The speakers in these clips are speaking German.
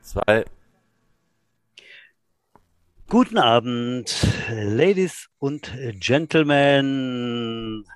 Zwei. Guten Abend, Ladies und Gentlemen,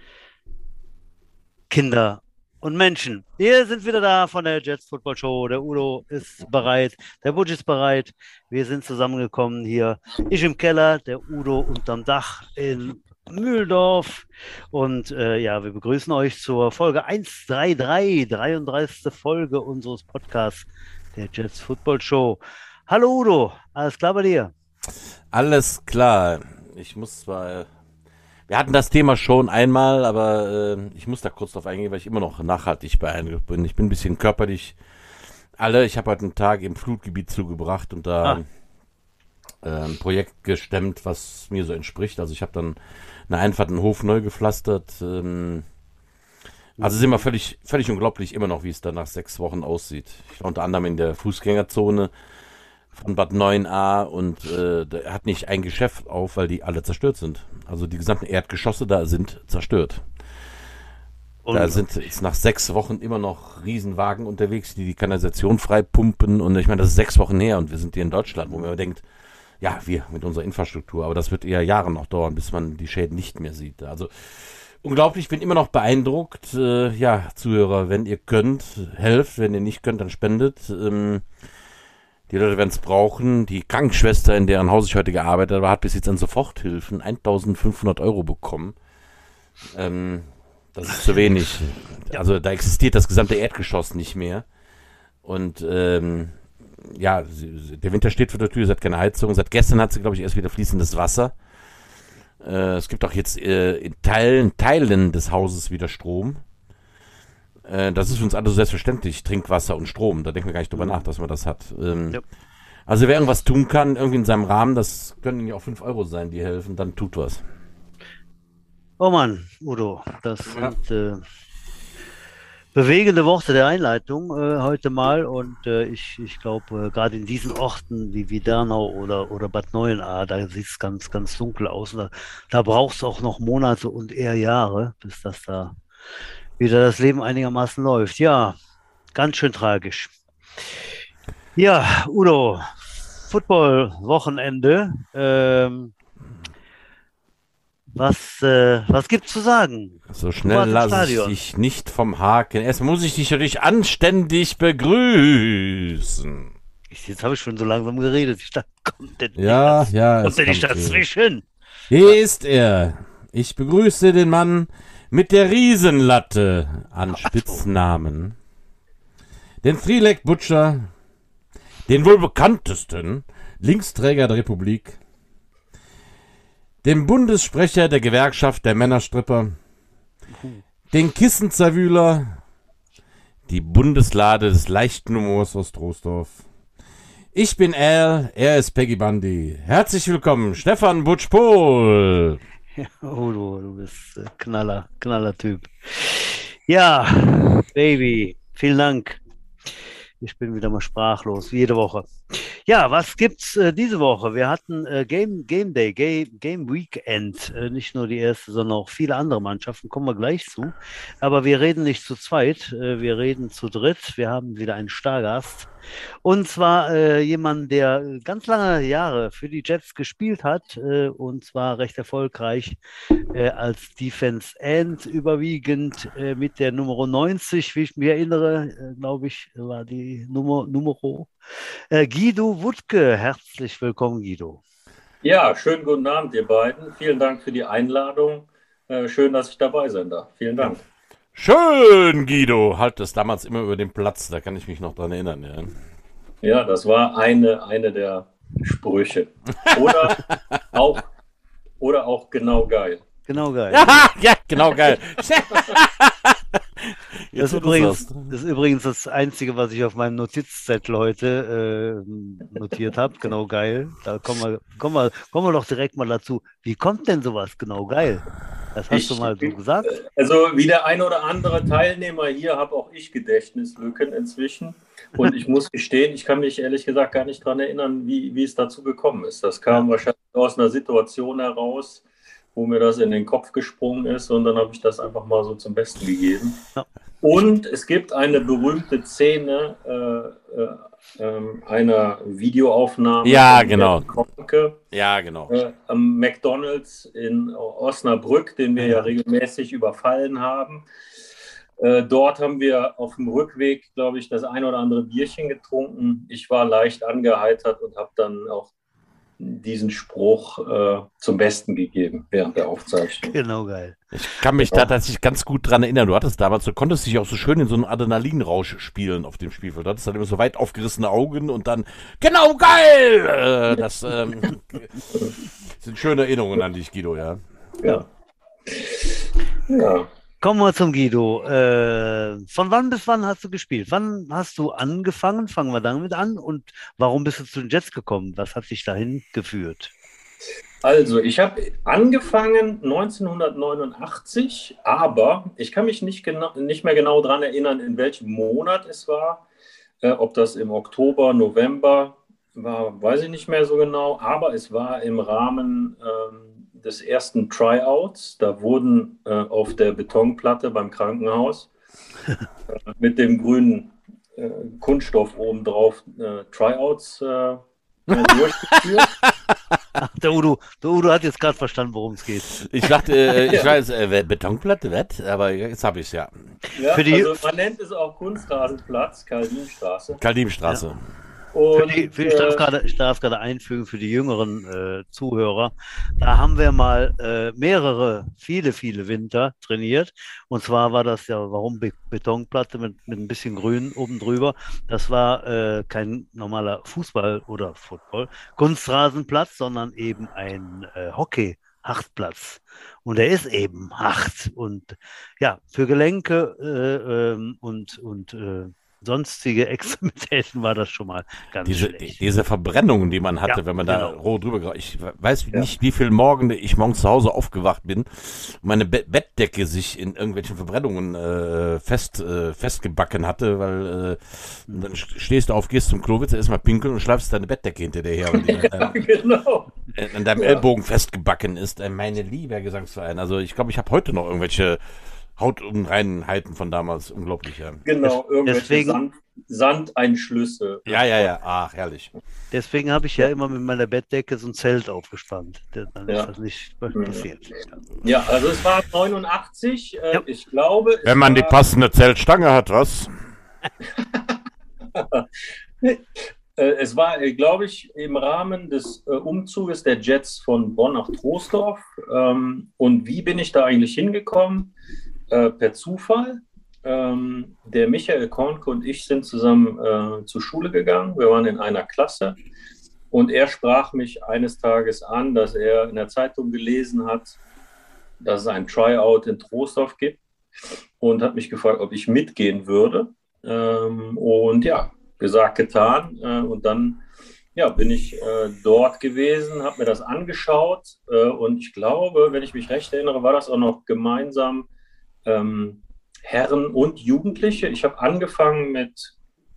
Kinder und Menschen. Wir sind wieder da von der Jets Football Show. Der Udo ist bereit, der Butch ist bereit. Wir sind zusammengekommen hier. Ich im Keller, der Udo unterm Dach in Mühldorf. Und ja, wir begrüßen euch zur Folge 133, 33. Folge unseres Podcasts der Jets Football Show. Hallo Udo, alles klar bei dir? Alles klar. Ich muss zwar. Wir hatten das Thema schon einmal, aber ich muss da kurz drauf eingehen, weil ich immer noch nachhaltig beeindruckt bin. Ich bin ein bisschen körperlich Ich habe heute einen Tag im Flutgebiet zugebracht und da Ah, ein Projekt gestemmt, was mir so entspricht. Also ich habe dann eine Einfahrt in den Hof neu gepflastert. Also es ist immer völlig unglaublich immer noch, wie es da nach 6 Wochen aussieht. Ich war unter anderem in der Fußgängerzone von Bad 9a und da hat nicht ein Geschäft auf, weil die alle zerstört sind. Also die gesamten Erdgeschosse da sind zerstört. Da sind unglaublich. jetzt nach 6 Wochen immer noch Riesenwagen unterwegs, die Kanalisation freipumpen. Und ich meine, das ist 6 Wochen her und wir sind hier in Deutschland, wo man denkt, ja, wir mit unserer Infrastruktur. Aber das wird eher Jahre noch dauern, bis man die Schäden nicht mehr sieht. Also unglaublich, ich bin immer noch beeindruckt. Ja, Zuhörer, wenn ihr könnt, helft. Wenn ihr nicht könnt, dann spendet. Die Leute werden es brauchen. Die Krankenschwester, in deren Haus ich heute gearbeitet habe, hat bis jetzt an Soforthilfen 1.500 € bekommen. Ähm, Das ist zu wenig. Ja, Also da existiert das gesamte Erdgeschoss nicht mehr. Und ja, der Winter steht vor der Tür, sie hat keine Heizung. Seit gestern hat sie, glaube ich, erst wieder fließendes Wasser. Es gibt auch jetzt in Teilen des Hauses wieder Strom. Das ist für uns alle so selbstverständlich, Trinkwasser und Strom. Da denken wir gar nicht drüber nach, mhm. dass man das hat. Ja. Also wer irgendwas tun kann, irgendwie in seinem Rahmen, das können ja auch 5 € sein, die helfen, dann tut was. Oh Mann, Udo, das Ja. sind bewegende Worte der Einleitung heute mal. Und ich glaube, gerade in diesen Orten wie Dernau oder Bad Neuenahr, da sieht es ganz, ganz dunkel aus. Und da braucht es auch noch Monate und eher Jahre, bis das da wieder das Leben einigermaßen läuft. Ja, ganz schön tragisch. Ja, Udo, Football-Wochenende. Was gibt's zu sagen? So Du schnell warst im lasse ich Stadion. dich nicht vom Haken. Erst muss ich dich natürlich anständig begrüßen. Jetzt habe ich schon so langsam geredet. Ich dachte, Ja, ja, kommt es der nicht kommt. dazwischen? Hier ist er. Ich begrüße den Mann mit der Riesenlatte an Ach so. Spitznamen. Den Three-Leg Butcher, den wohl bekanntesten Linksträger der Republik, den Bundessprecher der Gewerkschaft der Männerstripper, den Kissenzerwühler, die Bundeslade des leichten Humors aus Troisdorf. Ich bin Al, er ist Peggy Bundy. Herzlich willkommen, Stefan Butch-Pohl. Oh, du bist Knaller Typ. Ja, Baby, vielen Dank. Ich bin wieder mal sprachlos, wie jede Woche. Ja, was gibt's diese Woche? Wir hatten Game Day, Game Weekend. Nicht nur die erste, sondern auch viele andere Mannschaften. Kommen wir gleich zu. Aber wir reden nicht zu zweit, wir reden zu dritt. Wir haben wieder einen Stargast. Und zwar jemand, der ganz lange Jahre für die Jets gespielt hat, und zwar recht erfolgreich als Defense End, überwiegend mit der Nummer 90, wie ich mich erinnere, glaube ich, war die Numero. Guido Wuttke, herzlich willkommen, Guido. Ja, schönen guten Abend, ihr beiden. Vielen Dank für die Einladung. Schön, dass ich dabei sein darf. Vielen Ja, Dank. Schön, Guido. Halt das damals immer über den Platz, da kann ich mich noch dran erinnern. Ja. Ja, das war eine der Sprüche. Oder auch, oder auch genau geil. genau geil. Ja, genau, geil. Das Jetzt, ist wo du übrigens, sagst. das ist übrigens das Einzige, was ich auf meinem Notizzettel heute notiert habe. Genau geil. Da kommen wir doch direkt mal dazu. Wie kommt denn sowas genau geil? Das hast du Ich, mal so gesagt? also wie der ein oder andere Teilnehmer hier, habe auch ich Gedächtnislücken inzwischen. Und ich muss gestehen, ich kann mich ehrlich gesagt gar nicht daran erinnern, wie es dazu gekommen ist. Das Ja. kam wahrscheinlich aus einer Situation heraus, wo mir das in den Kopf gesprungen ist und dann habe ich das einfach mal so zum Besten gegeben. Ja. Und es gibt eine berühmte Szene einer Videoaufnahme Ja, von genau. Gerd Konke, Ja, genau. am McDonald's in Osnabrück, den wir ja regelmäßig überfallen haben. Dort haben wir auf dem Rückweg, glaube ich, das ein oder andere Bierchen getrunken. Ich war leicht angeheitert und habe dann auch diesen Spruch zum Besten gegeben während der Aufzeichnung. Genau, geil. Ich kann mich da tatsächlich ganz gut dran erinnern. Du hattest damals, du konntest dich auch so schön in so einem Adrenalinrausch spielen auf dem Spielfeld. Du hattest dann immer so weit aufgerissene Augen und dann, genau, geil! Das sind schöne Erinnerungen an dich, Guido, ja. Ja. Kommen wir zum Guido. Von wann bis wann hast du gespielt? Wann hast du angefangen? Fangen wir damit an. Und warum bist du zu den Jets gekommen? Was hat dich dahin geführt? Also, ich habe angefangen 1989, aber ich kann mich nicht mehr genau daran erinnern, in welchem Monat es war. Ob das im Oktober, November war, weiß ich nicht mehr so genau. Aber es war im Rahmen des ersten Tryouts. Da wurden auf der Betonplatte beim Krankenhaus mit dem grünen Kunststoff obendrauf Tryouts durchgeführt. Ach, der Udo hat jetzt gerade verstanden, worum es geht. Ich dachte, ich weiß, Betonplatte, was? Aber jetzt habe ich es ja. Ja, Für die- also man nennt es auch Kunstrasenplatz, Kaldinstraße. Kaldimstraße. Ja. Und Ich darf gerade einfügen für die jüngeren Zuhörer. Da haben wir mal viele Winter trainiert. Und zwar war das ja, warum Betonplatte mit ein bisschen Grün oben drüber. Das war kein normaler Fußball oder Football, Kunstrasenplatz, sondern eben ein Hockey-Hartplatz. Und er ist eben hart. Und ja, für Gelenke und sonstige Extremitäten war das schon mal ganz schlecht. Diese Verbrennungen, die man hatte, Ja, wenn man da genau. roh drüber. Ich weiß nicht, wie viele Morgen ich morgens zu Hause aufgewacht bin und meine Bettdecke sich in irgendwelchen Verbrennungen festgebacken hatte, weil dann stehst du auf, gehst zum Klo, willst erstmal pinkeln und schleifst deine Bettdecke hinter dir her, weil die genau. an deinem Ellbogen festgebacken ist. Meine liebe Herr Gesangsverein. Also ich glaube, ich habe heute noch irgendwelche Hautunreinheiten von damals. Unglaublich, ja. Genau, irgendwelche Deswegen- Sandeinschlüsse. Ja. Ach, herrlich. Deswegen habe ich ja immer mit meiner Bettdecke so ein Zelt aufgespannt. Dann Ja. ist das nicht passiert. Ja, also es war 89. Ja. Ich glaube, Wenn man die passende Zeltstange hat, was? Es war, glaube ich, im Rahmen des Umzuges der Jets von Bonn nach Troisdorf. Und wie bin ich da eigentlich hingekommen? Per Zufall. Der Michael Kornke und ich sind zusammen zur Schule gegangen. Wir waren in einer Klasse. Und er sprach mich eines Tages an, dass er in der Zeitung gelesen hat, dass es ein Tryout in Troisdorf gibt. Und hat mich gefragt, ob ich mitgehen würde. Und ja, gesagt, getan. Und dann bin ich dort gewesen, habe mir das angeschaut. Und ich glaube, wenn ich mich recht erinnere, war das auch noch gemeinsam Herren und Jugendliche. Ich habe angefangen mit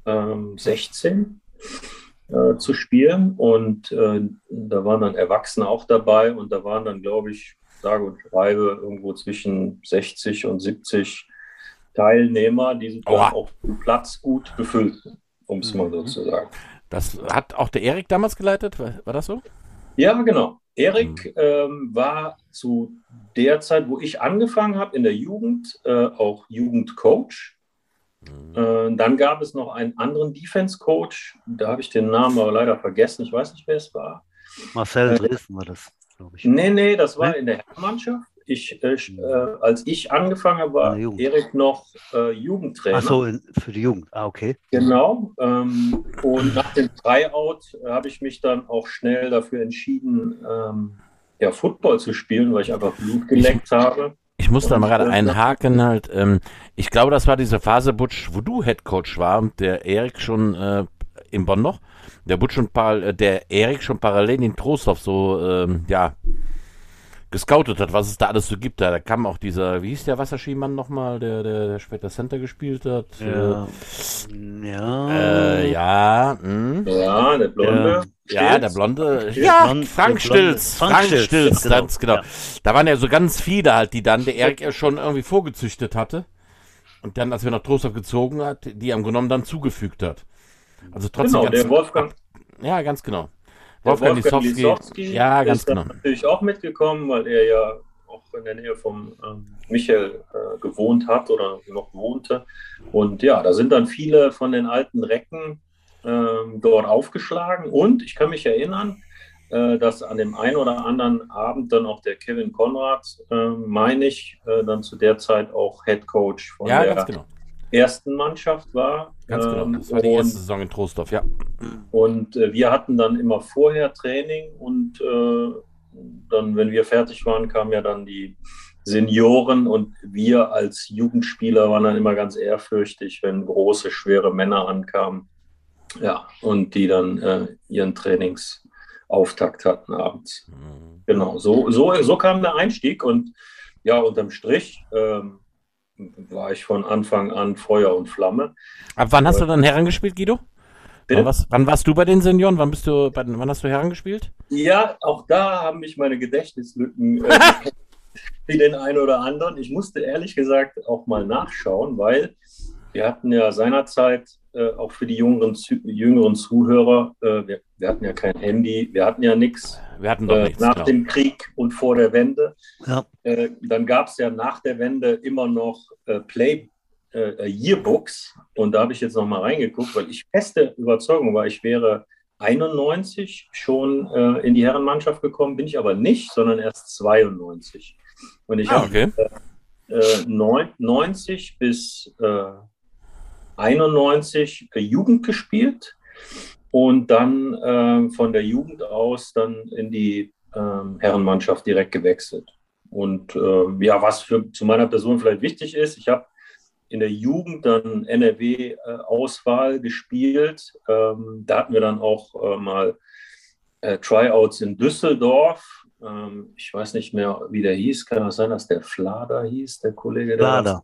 16 zu spielen. Und da waren dann Erwachsene auch dabei. Und da waren dann, glaube ich, sage und schreibe, irgendwo zwischen 60 und 70 Teilnehmer, die dann auch den Platz gut befüllten, um es mal so zu sagen. Das hat auch der Erik damals geleitet, war das so? Ja, genau. Erik war zu der Zeit, wo ich angefangen habe in der Jugend, auch Jugendcoach. Dann gab es noch einen anderen Defense-Coach, da habe ich den Namen aber leider vergessen, ich weiß nicht, wer es war. Marcel Dresden war das, glaube ich. Nee, das war in der Herrenmannschaft. Als ich angefangen habe, war Erik noch Jugendtrainer. Ach so, für die Jugend. Ah, okay. Genau. Und nach dem Tryout habe ich mich dann auch schnell dafür entschieden, Football zu spielen, weil ich einfach Blut geleckt habe. Ich muss da mal gerade einhaken halt. Ich glaube, das war diese Phase, Butch, wo du Headcoach war und der Erik schon in Bonn noch. Der Erik schon parallel in Troisdorf so, gescoutet hat, was es da alles so gibt. Da kam auch dieser, wie hieß der Wasserskimann nochmal, der später Center gespielt hat? Ja. Ja, der Blonde. Ja, der Blonde. Ja, Frank der Blonde. Stilz. Frank Frank Stilz, Stilz, genau. ganz genau. Ja. Da waren ja so ganz viele halt, die dann der Erik ja schon irgendwie vorgezüchtet hatte. Und dann, als wir nach Trostorf gezogen hat, die am genommen dann zugefügt hat. Also trotzdem Genau, der Wolfgang. Ja, ganz genau. Der Wolfgang Lisowski Lisowski. Ja, ganz ist dann genau. natürlich auch mitgekommen, weil er ja auch in der Nähe vom Michael gewohnt hat oder noch wohnte. Und ja, da sind dann viele von den alten Recken dort aufgeschlagen. Und ich kann mich erinnern, dass an dem einen oder anderen Abend dann auch der Kevin Konrad, meine ich, dann zu der Zeit auch Head Coach von Ja, der ganz genau. ersten Mannschaft war. Ganz genau. Das war die erste Saison in Trostorf, ja. Und wir hatten dann immer vorher Training und dann, wenn wir fertig waren, kamen ja dann die Senioren und wir als Jugendspieler waren dann immer ganz ehrfürchtig, wenn große, schwere Männer ankamen. Ja, und die dann ihren Trainingsauftakt hatten abends. Genau, so kam der Einstieg und ja, unterm Strich war ich von Anfang an Feuer und Flamme. Ab wann hast du dann Herren gespielt, Guido? Wann warst du bei den Senioren? Wann hast du Herren gespielt? Ja, auch da haben mich meine Gedächtnislücken wie den einen oder anderen. Ich musste ehrlich gesagt auch mal nachschauen, weil wir hatten ja seinerzeit auch für die jüngeren Zuhörer, wir hatten ja kein Handy, wir hatten ja nichts. Wir hatten doch nichts. Nach dem Krieg und vor der Wende. Ja. Dann gab es ja nach der Wende immer noch Yearbooks. Und da habe ich jetzt noch mal reingeguckt, weil ich feste Überzeugung war, ich wäre 91 schon in die Herrenmannschaft gekommen, bin ich aber nicht, sondern erst 92. Und ich habe 90 bis 91 Jugend gespielt und dann von der Jugend aus dann in die Herrenmannschaft direkt gewechselt. Und ja, was zu meiner Person vielleicht wichtig ist, ich habe in der Jugend dann NRW-Auswahl gespielt. Da hatten wir dann auch mal Tryouts in Düsseldorf. Ich weiß nicht mehr, wie der hieß. Kann das sein, dass der Flader hieß, der Kollege? Schlader.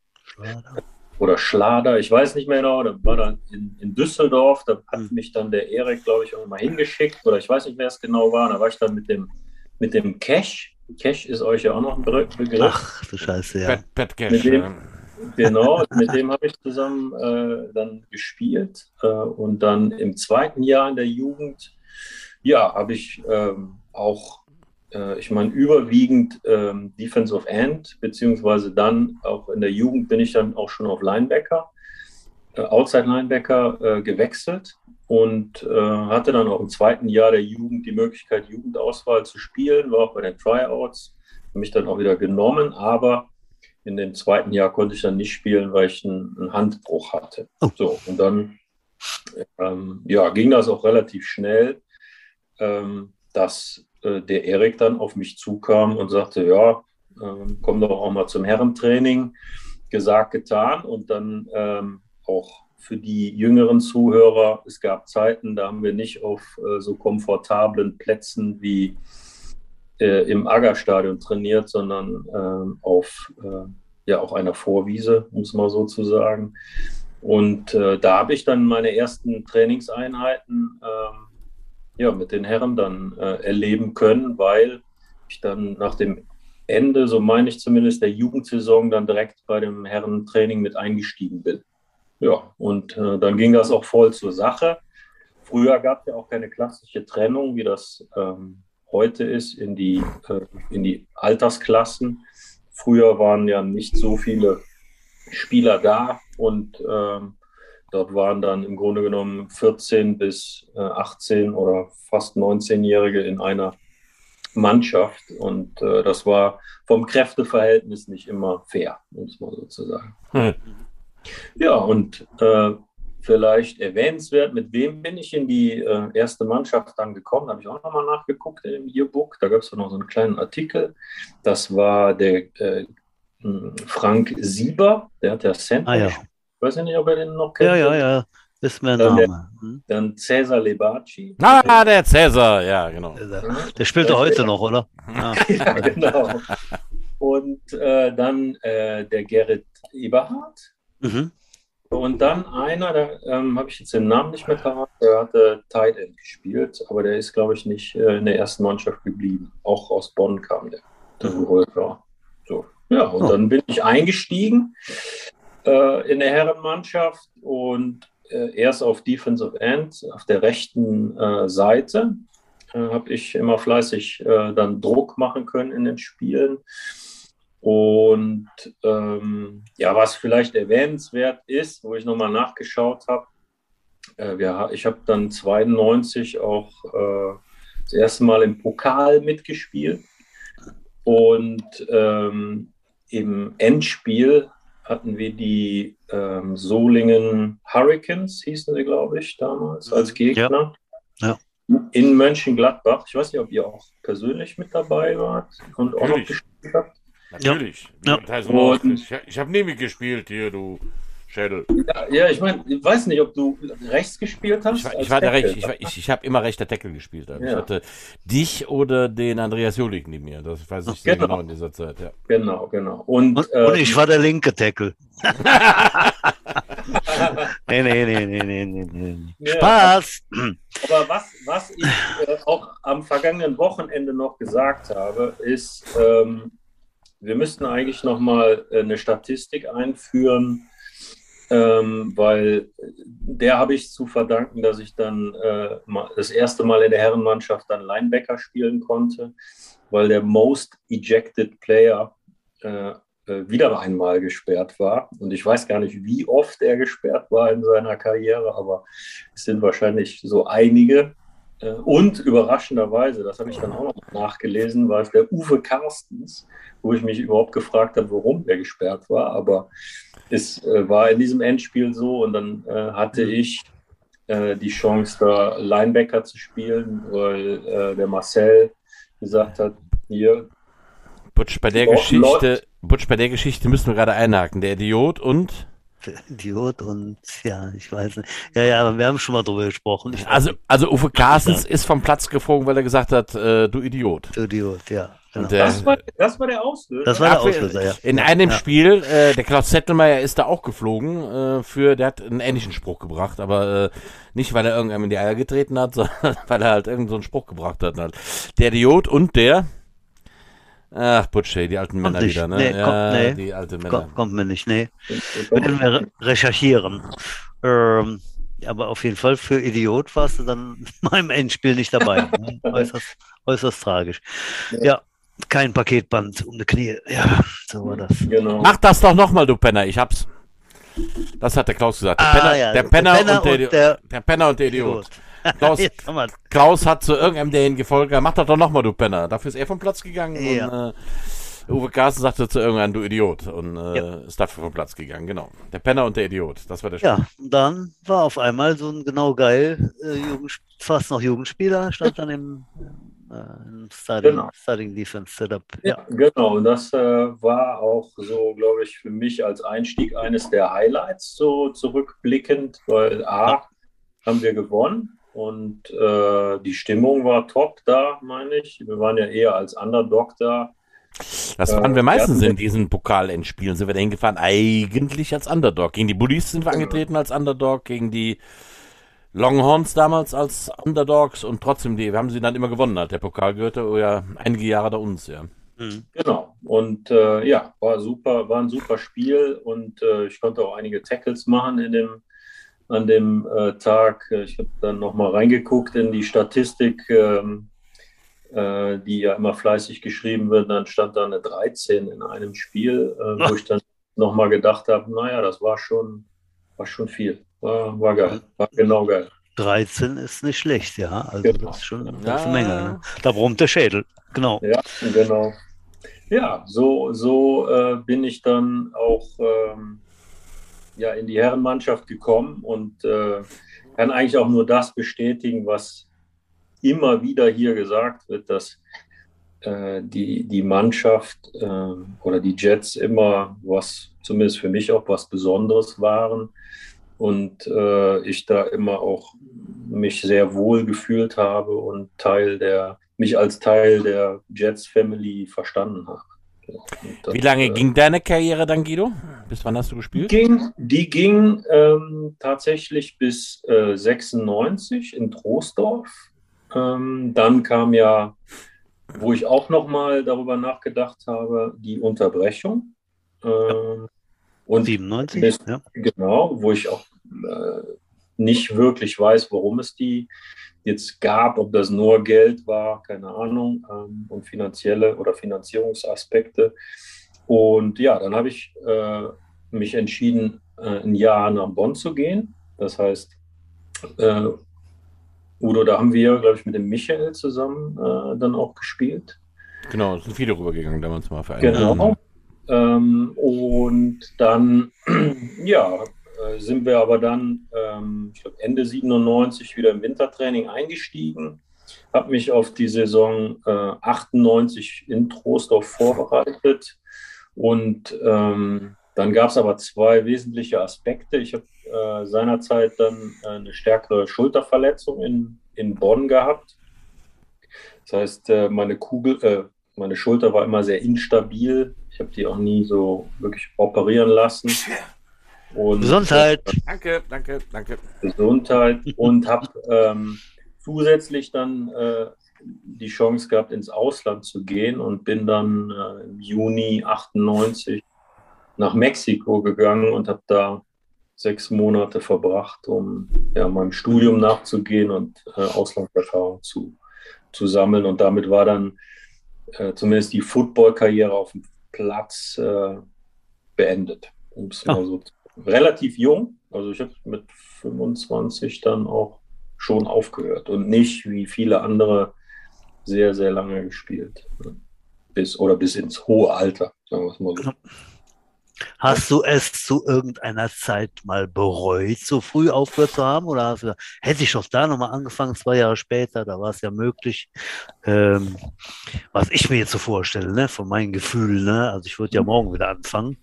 Oder Schlader, ich weiß nicht mehr genau. Da war dann in Düsseldorf. Da hat mich dann der Erik, glaube ich, auch mal hingeschickt. Oder ich weiß nicht, wer es genau war. Da war ich dann mit dem Cash. Cash ist euch ja auch noch ein Begriff. Ach, du Scheiße, ja. Pat Cash, Genau, mit dem habe ich zusammen dann gespielt und dann im zweiten Jahr in der Jugend, ja, habe ich auch, ich meine, überwiegend Defensive End, beziehungsweise dann auch in der Jugend bin ich dann auch schon auf Linebacker, Outside Linebacker gewechselt und hatte dann auch im zweiten Jahr der Jugend die Möglichkeit, Jugendauswahl zu spielen, war auch bei den Tryouts, habe mich dann auch wieder genommen, aber in dem zweiten Jahr konnte ich dann nicht spielen, weil ich einen Handbruch hatte. Oh. So, und dann ja, ging das auch relativ schnell, dass der Erik dann auf mich zukam und sagte, ja, komm doch auch mal zum Herrentraining. Gesagt, getan. Und dann auch für die jüngeren Zuhörer, es gab Zeiten, da haben wir nicht auf so komfortablen Plätzen wie im Aggerstadion trainiert, sondern auf auch einer Vorwiese, um es mal so zu sagen. Und da habe ich dann meine ersten Trainingseinheiten mit den Herren dann erleben können, weil ich dann nach dem Ende, so meine ich zumindest, der Jugendsaison dann direkt bei dem Herrentraining mit eingestiegen bin. Ja, und dann ging das auch voll zur Sache. Früher gab es ja auch keine klassische Trennung, wie das heute ist, in die Altersklassen. Früher waren ja nicht so viele Spieler da und dort waren dann im Grunde genommen 14 bis 18 oder fast 19-Jährige in einer Mannschaft und das war vom Kräfteverhältnis nicht immer fair, um es mal so zu sagen. Ja, und vielleicht erwähnenswert, mit wem bin ich in die erste Mannschaft dann gekommen? Da habe ich auch nochmal nachgeguckt im Yearbook. Da gab es noch so einen kleinen Artikel. Das war der Frank Sieber, der hat ja Center. Ja. Ich weiß nicht, ob er den noch kennt. Ja. Ist mir ein Name. Dann Cesar Lebaci. Der Cäsar, ja, genau. Der spielt doch heute noch, oder? Ja, genau. Und dann der Gerrit Eberhardt. Mhm. Und dann einer, da habe ich jetzt den Namen nicht mehr parat, der hatte Tight End gespielt, aber der ist, glaube ich, nicht in der ersten Mannschaft geblieben. Auch aus Bonn kam der geholt war. So. Ja, und dann bin ich eingestiegen in der Herrenmannschaft und erst auf Defensive End, auf der rechten Seite, habe ich immer fleißig dann Druck machen können in den Spielen. Und was vielleicht erwähnenswert ist, wo ich nochmal nachgeschaut habe, ich habe dann 92 auch das erste Mal im Pokal mitgespielt. Und im Endspiel hatten wir die Solingen Hurricanes, hießen sie, glaube ich, damals, als Gegner. Ja. In Mönchengladbach. Ich weiß nicht, ob ihr auch persönlich mit dabei wart und auch noch gespielt habt. Natürlich. Ja. Ich habe nie mitgespielt hier, du Schädel. Ja, ich meine, ich weiß nicht, ob du rechts gespielt hast. Ich war der Recht, ich habe immer rechter Tackle gespielt. Also. Ja. Ich hatte dich oder den Andreas Jolik neben mir. Das weiß ich sehr genau in dieser Zeit. Ja. Genau. Und ich war der linke Tackle. Nee. Ja, Spaß! Aber was ich auch am vergangenen Wochenende noch gesagt habe, ist, wir müssten eigentlich nochmal eine Statistik einführen, weil der habe ich zu verdanken, dass ich dann das erste Mal in der Herrenmannschaft dann Linebacker spielen konnte, weil der Most Ejected Player wieder einmal gesperrt war. Und ich weiß gar nicht, wie oft er gesperrt war in seiner Karriere, aber es sind wahrscheinlich so einige. Und überraschenderweise, das habe ich dann auch noch nachgelesen, war es der Uwe Carstens, wo ich mich überhaupt gefragt habe, warum er gesperrt war. Aber es war in diesem Endspiel so und dann hatte ich die Chance, da Linebacker zu spielen, weil der Marcel gesagt hat, hier. Butch, bei der Geschichte müssen wir gerade einhaken. Der Idiot und... Idiot und ja, ich weiß nicht. Ja, aber wir haben schon mal drüber gesprochen. Also Uwe Carstens ist vom Platz geflogen, weil er gesagt hat, du Idiot. Du Idiot, ja. Genau. Das war der Auslöser. Das war der Auslöser, ja. In einem Spiel, der Klaus Zettelmeier ist da auch geflogen, der hat einen ähnlichen Spruch gebracht, aber nicht, weil er irgendeinem in die Eier getreten hat, sondern weil er halt irgendeinen so einen Spruch gebracht hat. Der Idiot und der... Ach, Butche, die alten Männer wieder, ne? Nee, die alten Männer. Kommt mir nicht, nee. Werden wir recherchieren. Aber auf jeden Fall für Idiot warst du dann mal im Endspiel nicht dabei. Ne? Äußerst tragisch. Ja, kein Paketband um die Knie. Ja, so war das. Genau. Mach das doch nochmal, du Penner, ich hab's. Das hat der Klaus gesagt. Der Penner und der Idiot. Klaus hat zu irgendeinem der ihn gefolgt, mach das doch nochmal, du Penner. Dafür ist er vom Platz gegangen und Uwe Carsten sagte zu irgendeinem, du Idiot, und ist dafür vom Platz gegangen, genau. Der Penner und der Idiot, das war der Spiel. Ja, und dann war auf einmal so ein genau geil, fast noch Jugendspieler, stand dann im Starting Defense Setup. Ja, genau, und das war auch so, glaube ich, für mich als Einstieg eines der Highlights, so zurückblickend, weil haben wir gewonnen. Und die Stimmung war top da, meine ich. Wir waren ja eher als Underdog da. Das waren wir meistens in diesen Pokalendspielen. Sind wir da hingefahren, eigentlich als Underdog. Gegen die Bullies sind wir angetreten als Underdog, gegen die Longhorns damals als Underdogs und trotzdem, wir haben sie dann immer gewonnen. Der Pokal gehörte einige Jahre da uns, ja. Genau. Und war ein super Spiel und ich konnte auch einige Tackles machen an dem Tag. Ich habe dann nochmal reingeguckt in die Statistik, die ja immer fleißig geschrieben wird. Dann stand da eine 13 in einem Spiel, wo ich dann nochmal gedacht habe, naja, das war schon viel. War geil. War genau geil. 13 ist nicht schlecht, ja. Also genau. Das ist schon eine ganze Menge. Ne? Da brummt der Schädel. Genau. Ja, genau. Ja, so bin ich dann auch in die Herrenmannschaft gekommen und kann eigentlich auch nur das bestätigen, was immer wieder hier gesagt wird, dass die Mannschaft oder die Jets immer zumindest für mich auch was Besonderes waren und ich da immer auch mich sehr wohl gefühlt habe und mich als Teil der Jets Family verstanden habe. Wie lange ging deine Karriere dann, Guido? Bis wann hast du gespielt? Die ging tatsächlich bis 96 in Troisdorf. Dann kam ja, wo ich auch nochmal darüber nachgedacht habe, die Unterbrechung. Und 97, ja. Genau, wo ich auch nicht wirklich weiß, warum es die jetzt gab, ob das nur Geld war, keine Ahnung, und finanzielle oder Finanzierungsaspekte. Und ja, dann habe ich mich entschieden, ein Jahr nach Bonn zu gehen. Das heißt, Udo, da haben wir, glaube ich, mit dem Michael zusammen dann auch gespielt. Genau, es sind viele rübergegangen damals mal für einen Genau. Und dann, ja, sind wir aber dann, ich glaube, Ende 97 wieder im Wintertraining eingestiegen. Habe mich auf die Saison 98 in Troisdorf vorbereitet. Und dann gab es aber zwei wesentliche Aspekte. Ich habe seinerzeit dann eine stärkere Schulterverletzung in Bonn gehabt. Das heißt, meine Schulter war immer sehr instabil. Ich habe die auch nie so wirklich operieren lassen. Und, Gesundheit. Danke. Gesundheit. Und habe zusätzlich dann die Chance gehabt, ins Ausland zu gehen und bin dann im Juni 98 nach Mexiko gegangen und habe da 6 Monate verbracht, um meinem Studium nachzugehen und Auslandserfahrung zu sammeln. Und damit war dann zumindest die Football-Karriere auf dem Platz beendet. Mal so relativ jung, also ich habe mit 25 dann auch schon aufgehört und nicht wie viele andere sehr, sehr lange gespielt. Bis ins hohe Alter, sagen wir es mal so. Hast du es zu irgendeiner Zeit mal bereut, so früh aufgehört zu haben? Oder hast du gesagt, hätte ich doch da nochmal angefangen, 2 Jahre später, da war es ja möglich. Was ich mir jetzt so vorstelle, ne, von meinen Gefühlen, ne? Also ich würde ja morgen wieder anfangen.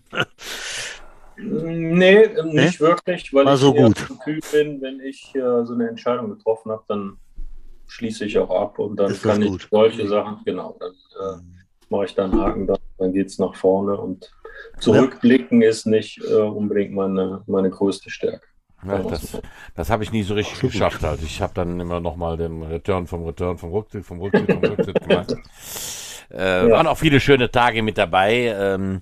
Nee, nicht wirklich, weil war ich so gut. ein Typ bin, wenn ich so eine Entscheidung getroffen habe, dann schließe ich auch ab und dann kann ich solche Sachen, genau, dann mache ich da einen Haken, dann geht es nach vorne und zurückblicken ist nicht unbedingt meine größte Stärke. Ja, das habe ich nie so richtig geschafft. Halt. Ich habe dann immer nochmal den Return vom Rücktritt gemacht. Waren auch viele schöne Tage mit dabei.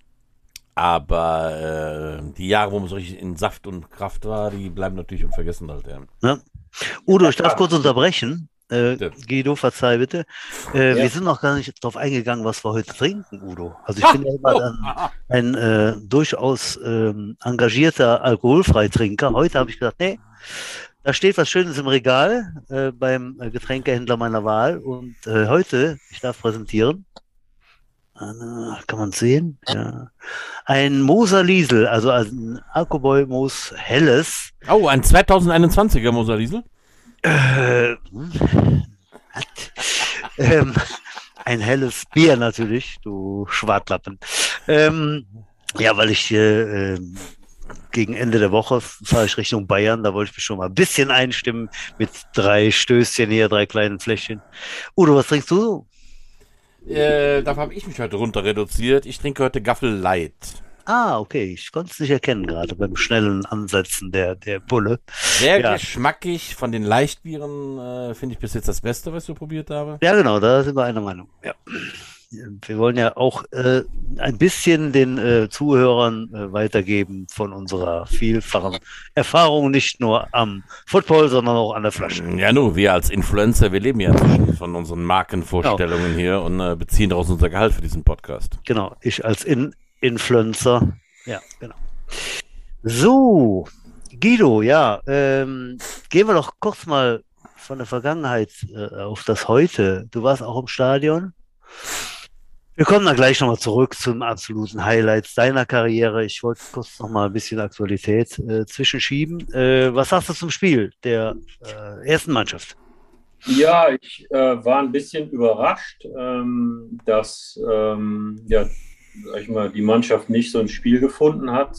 Aber die Jahre, wo man so richtig in Saft und Kraft war, die bleiben natürlich unvergessen halt. Ja. Udo, ich darf kurz unterbrechen. Guido, verzeih bitte. Wir sind noch gar nicht darauf eingegangen, was wir heute trinken, Udo. Also ich bin ja immer ein durchaus engagierter Alkoholfreitrinker. Heute habe ich gesagt, nee, da steht was Schönes im Regal beim Getränkehändler meiner Wahl. Und heute, ich darf präsentieren, kann man sehen? Ja. Ein Moser Liesel, also ein Alkoboy Moos Helles. Oh, ein 2021er Moser Liesel? Ein helles Bier natürlich, du Schwartlappen. Ja, weil ich gegen Ende der Woche fahre ich Richtung Bayern, da wollte ich mich schon mal ein bisschen einstimmen mit 3 Stößchen hier, 3 kleinen Fläschchen. Udo, was trinkst du? Dafür habe ich mich heute runter reduziert. Ich trinke heute Gaffel Light. Ah, okay. Ich konnte es nicht erkennen, gerade beim schnellen Ansetzen der Pulle. Sehr geschmackig. Von den Leichtbieren finde ich bis jetzt das Beste, was ich probiert habe. Ja, genau, da sind wir einer Meinung. Ja. Wir wollen ja auch ein bisschen den Zuhörern weitergeben von unserer vielfachen Erfahrung, nicht nur am Football, sondern auch an der Flasche. Ja, nur wir als Influencer, wir leben ja von unseren Markenvorstellungen hier und beziehen daraus unser Gehalt für diesen Podcast. Genau, ich als Influencer. Ja, genau. So, Guido, ja, gehen wir doch kurz mal von der Vergangenheit auf das Heute. Du warst auch im Stadion. Wir kommen dann gleich nochmal zurück zum absoluten Highlights deiner Karriere. Ich wollte kurz nochmal ein bisschen Aktualität zwischenschieben. Was sagst du zum Spiel der ersten Mannschaft? Ja, ich war ein bisschen überrascht, dass sag ich mal, die Mannschaft nicht so ein Spiel gefunden hat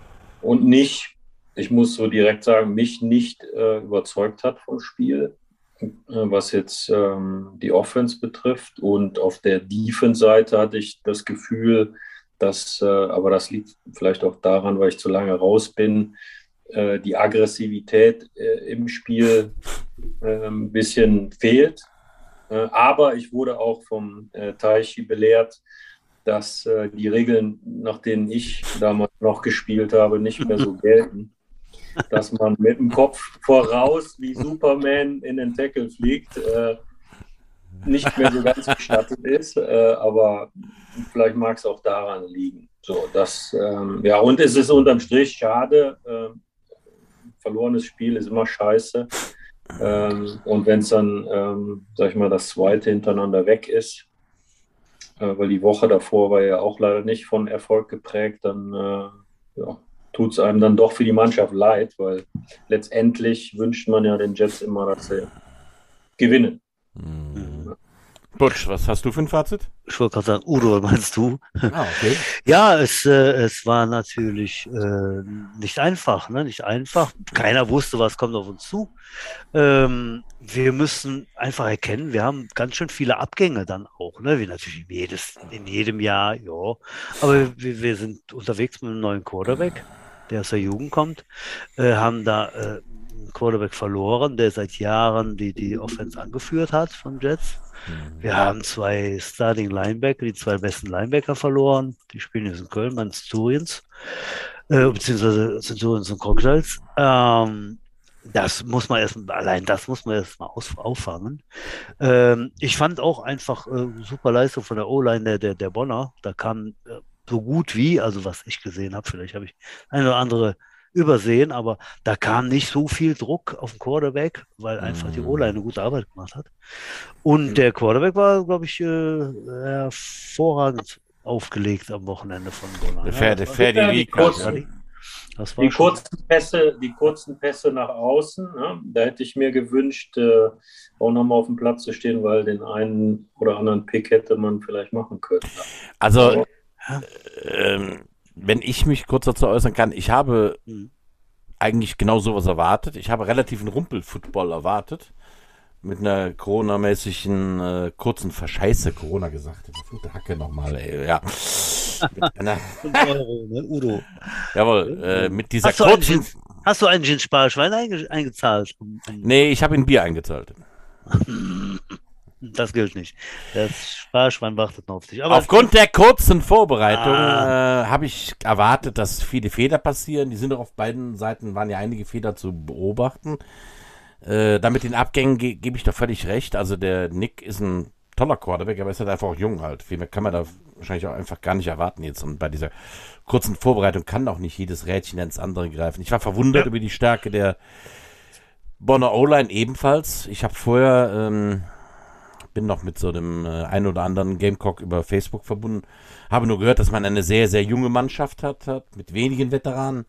und ich muss so direkt sagen, mich nicht überzeugt hat vom Spiel. was jetzt die Offense betrifft. Und auf der Defense-Seite hatte ich das Gefühl, dass, aber das liegt vielleicht auch daran, weil ich zu lange raus bin, die Aggressivität im Spiel ein bisschen fehlt. Aber ich wurde auch vom Taichi belehrt, dass die Regeln, nach denen ich damals noch gespielt habe, nicht mehr so gelten. Dass man mit dem Kopf voraus wie Superman in den Tackle fliegt, nicht mehr so ganz gestattet ist. Aber vielleicht mag es auch daran liegen. So, das, ja, und es ist unterm Strich schade. Verlorenes Spiel ist immer scheiße. Und wenn es dann, sag ich mal, das zweite hintereinander weg ist, weil die Woche davor war ja auch leider nicht von Erfolg geprägt, dann ja, tut es einem dann doch für die Mannschaft leid, weil letztendlich wünscht man ja den Jets immer, dass sie gewinnen. Butch, was hast du für ein Fazit? Ich wollte gerade sagen, Udo, meinst du? Okay. Ja, es war natürlich nicht einfach, ne? Nicht einfach. Keiner wusste, was kommt auf uns zu. Wir müssen einfach erkennen, wir haben ganz schön viele Abgänge dann auch, ne? Wie natürlich in jedem Jahr, ja. Aber wir sind unterwegs mit einem neuen Quarterback, der aus der Jugend kommt, haben da einen Quarterback verloren, der seit Jahren die Offense angeführt hat von Jets. Wir haben 2 Starting Linebacker, die 2 besten Linebacker verloren. Die spielen jetzt in Köln bei den Centurions, beziehungsweise Centurions und Crocodiles. Das muss man erstmal auffangen. Ich fand auch einfach super Leistung von der O-Line der Bonner. Da kam so gut wie, also was ich gesehen habe, vielleicht habe ich eine oder andere übersehen, aber da kam nicht so viel Druck auf den Quarterback, weil einfach die O-Line eine gute Arbeit gemacht hat. Und der Quarterback war, glaube ich, hervorragend aufgelegt am Wochenende von Bonner. Der Ferdi die kurzen Pässe nach außen, ja, da hätte ich mir gewünscht, auch nochmal auf dem Platz zu stehen, weil den einen oder anderen Pick hätte man vielleicht machen können. Also, wenn ich mich kurz dazu äußern kann, ich habe eigentlich genau sowas erwartet. Ich habe relativen Rumpel-Football erwartet. Mit einer Corona-mäßigen kurzen Verscheiße, Corona gesagt. Verfluchte Hacke nochmal, ey. Ja. Udo. Jawohl, mit dieser kurzen... Hast du einen Gin-Sparschwein eingezahlt? Nee, ich habe in Bier eingezahlt. Das gilt nicht. Das Sparschwein wartet noch auf dich. Aber aufgrund der kurzen Vorbereitung habe ich erwartet, dass viele Fehler passieren. Die sind doch auf beiden Seiten, waren ja einige Fehler zu beobachten. Damit den Abgängen gebe ich doch völlig recht. Also der Nick ist ein toller Quarterback, aber ist halt einfach auch jung halt. Viel mehr kann man da wahrscheinlich auch einfach gar nicht erwarten jetzt. Und bei dieser kurzen Vorbereitung kann auch nicht jedes Rädchen ins andere greifen. Ich war verwundert über die Stärke der Bonner O-Line ebenfalls. Ich habe vorher... bin noch mit so dem einen oder anderen Gamecock über Facebook verbunden. Habe nur gehört, dass man eine sehr, sehr junge Mannschaft hat mit wenigen Veteranen.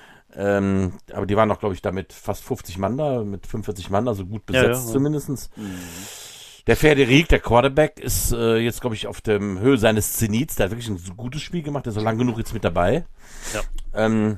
Aber die waren noch, glaube ich, da mit fast 50 Mann da, mit 45 Mann, also gut besetzt zumindest. Der Ferdi, der Quarterback, ist jetzt, glaube ich, auf der Höhe seines Zenits. Der hat wirklich ein gutes Spiel gemacht, der ist so lang genug jetzt mit dabei. Ja.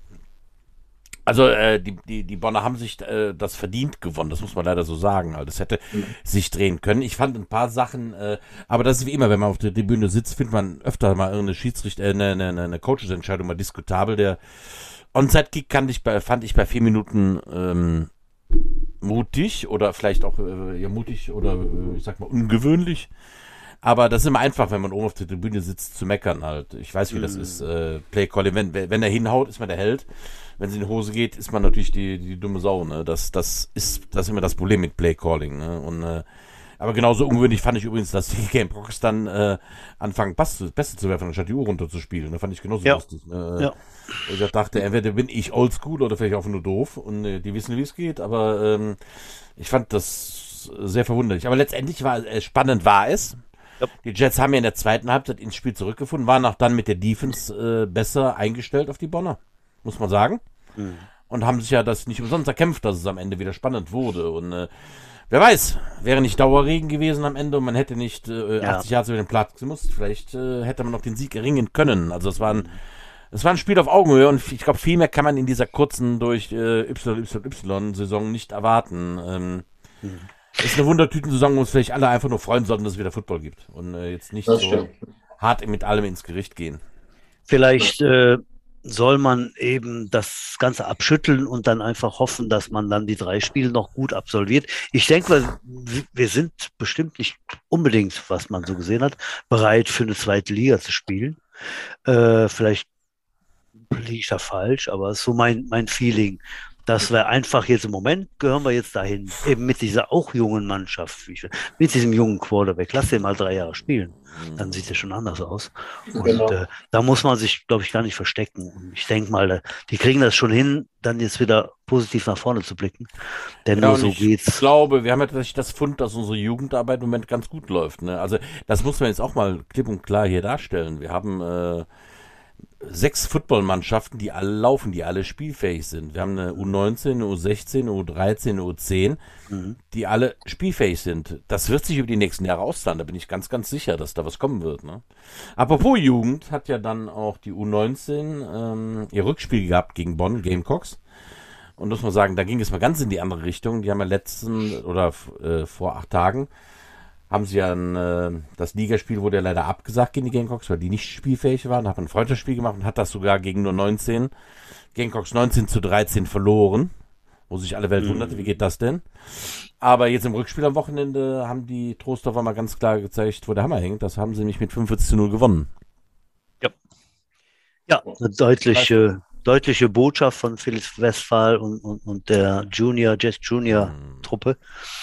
Also die Bonner haben sich das verdient gewonnen, das muss man leider so sagen. Also das hätte sich drehen können. Ich fand ein paar Sachen, aber das ist wie immer, wenn man auf der Tribüne sitzt, findet man öfter mal irgendeine eine Coaches-Entscheidung mal diskutabel. Der Onside-Kick fand ich bei 4 Minuten mutig oder vielleicht auch mutig oder ich sag mal ungewöhnlich. Aber das ist immer einfach, wenn man oben auf der Tribüne sitzt, zu meckern halt. Ich weiß, wie das ist. Play-Calling, wenn er hinhaut, ist man der Held. Wenn es in die Hose geht, ist man natürlich die dumme Sau. Ne? Das ist immer das Problem mit Play-Calling. Ne? Und, aber genauso ungewöhnlich fand ich übrigens, dass die Gamecocks dann anfangen, Beste zu werfen, anstatt die Uhr runterzuspielen. Das fand ich genauso lustig. Ne? Ich dachte, entweder bin ich oldschool oder vielleicht auch nur doof. Und die wissen, wie es geht. Aber ich fand das sehr verwunderlich. Aber letztendlich spannend war es. Die Jets haben ja in der zweiten Halbzeit ins Spiel zurückgefunden, waren auch dann mit der Defense besser eingestellt auf die Bonner, muss man sagen. Und haben sich ja das nicht umsonst erkämpft, dass es am Ende wieder spannend wurde. Und wer weiß, wäre nicht Dauerregen gewesen am Ende und man hätte nicht 80 Yards über den Platz gemusst, vielleicht hätte man noch den Sieg erringen können. Also es war ein Spiel auf Augenhöhe und ich glaube, viel mehr kann man in dieser kurzen durch YYY-Saison nicht erwarten. ist eine Wundertütensaison, wo uns vielleicht alle einfach nur freuen sollten, dass es wieder Football gibt. Und jetzt nicht Das so stimmt. hart mit allem ins Gericht gehen. Vielleicht soll man eben das Ganze abschütteln und dann einfach hoffen, dass man dann die 3 Spiele noch gut absolviert. Ich denke, wir sind bestimmt nicht unbedingt, was man so gesehen hat, bereit für eine zweite Liga zu spielen. Vielleicht liege ich da falsch, aber es ist so mein Feeling, dass wir einfach jetzt im Moment gehören wir jetzt dahin, eben mit dieser auch jungen Mannschaft, mit diesem jungen Quarterback. Lass den mal 3 Jahre spielen, dann sieht es schon anders aus. Und Genau. da muss man sich, glaube ich, gar nicht verstecken. Und ich denke mal, die kriegen das schon hin, dann jetzt wieder positiv nach vorne zu blicken. Denn Ja, nur und so ich geht's. glaube, wir haben ja tatsächlich das Fund, dass unsere Jugendarbeit im Moment ganz gut läuft. Ne? Also das muss man jetzt auch mal klipp und klar hier darstellen. Wir haben 6 Footballmannschaften, die alle laufen, die alle spielfähig sind. Wir haben eine U19, eine U16, eine U13, eine U10, Mhm. die alle spielfähig sind. Das wird sich über die nächsten Jahre auszahlen. Da bin ich ganz, ganz sicher, dass da was kommen wird. Ne? Apropos Jugend, hat ja dann auch die U19 ihr Rückspiel gehabt gegen Bonn, Gamecocks. Und muss man sagen, da ging es mal ganz in die andere Richtung. Die haben ja vor 8 Tagen haben sie ja das Ligaspiel wurde ja leider abgesagt gegen die Gamecocks, weil die nicht spielfähig waren. Da hat man ein Freundschaftsspiel gemacht und hat das sogar gegen nur 19, Gamecocks 19-13 verloren. Wo sich alle Welt wunderte, wie geht das denn? Aber jetzt im Rückspiel am Wochenende haben die Troisdorfer mal ganz klar gezeigt, wo der Hammer hängt. Das haben sie nicht mit 45-0 gewonnen. Ja, eine deutliche Botschaft von Philipp Westphal und der Jazz Junior Truppe.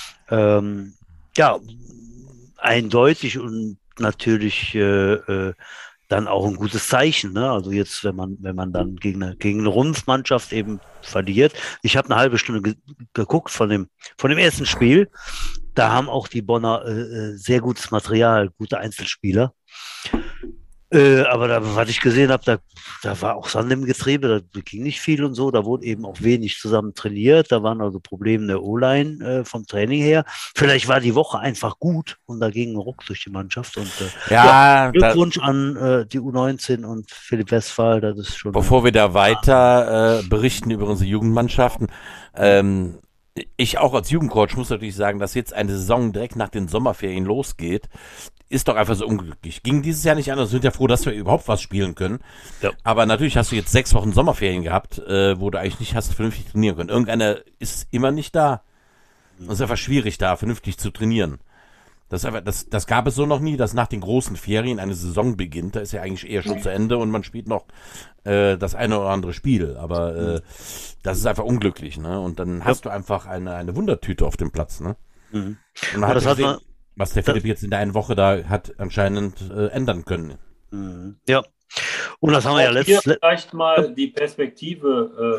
Ja, eindeutig und natürlich dann auch ein gutes Zeichen. Ne? Also jetzt, wenn man dann gegen eine Rumpfmannschaft eben verliert. Ich habe eine halbe Stunde geguckt von dem ersten Spiel. Da haben auch die Bonner sehr gutes Material, gute Einzelspieler. Aber was ich gesehen habe, da war auch Sand im Getriebe, da ging nicht viel und so, da wurde eben auch wenig zusammen trainiert, da waren also Probleme in der O-Line vom Training her. Vielleicht war die Woche einfach gut und da ging ein Ruck durch die Mannschaft. Und Glückwunsch an die U19 und Philipp Westphal, das ist schon. Bevor wir da weiter berichten über unsere Jugendmannschaften, ich auch als Jugendcoach muss natürlich sagen, dass jetzt eine Saison direkt nach den Sommerferien losgeht, ist doch einfach so unglücklich. Ging dieses Jahr nicht anders. Wir sind ja froh, dass wir überhaupt was spielen können. Ja. Aber natürlich hast du jetzt 6 Wochen Sommerferien gehabt, wo du eigentlich nicht hast vernünftig trainieren können. Irgendeiner ist immer nicht da. Und es ist einfach schwierig, da vernünftig zu trainieren. Das gab es so noch nie, dass nach den großen Ferien eine Saison beginnt. Da ist ja eigentlich eher schon zu Ende und man spielt noch das eine oder andere Spiel. Aber das ist einfach unglücklich. Ne? Und dann hast du einfach eine Wundertüte auf dem Platz. Ne? Mhm. Und man hat gesehen, was der Philipp jetzt in der einen Woche da hat anscheinend ändern können. Ja, und das haben wir ja letztes vielleicht mal die Perspektive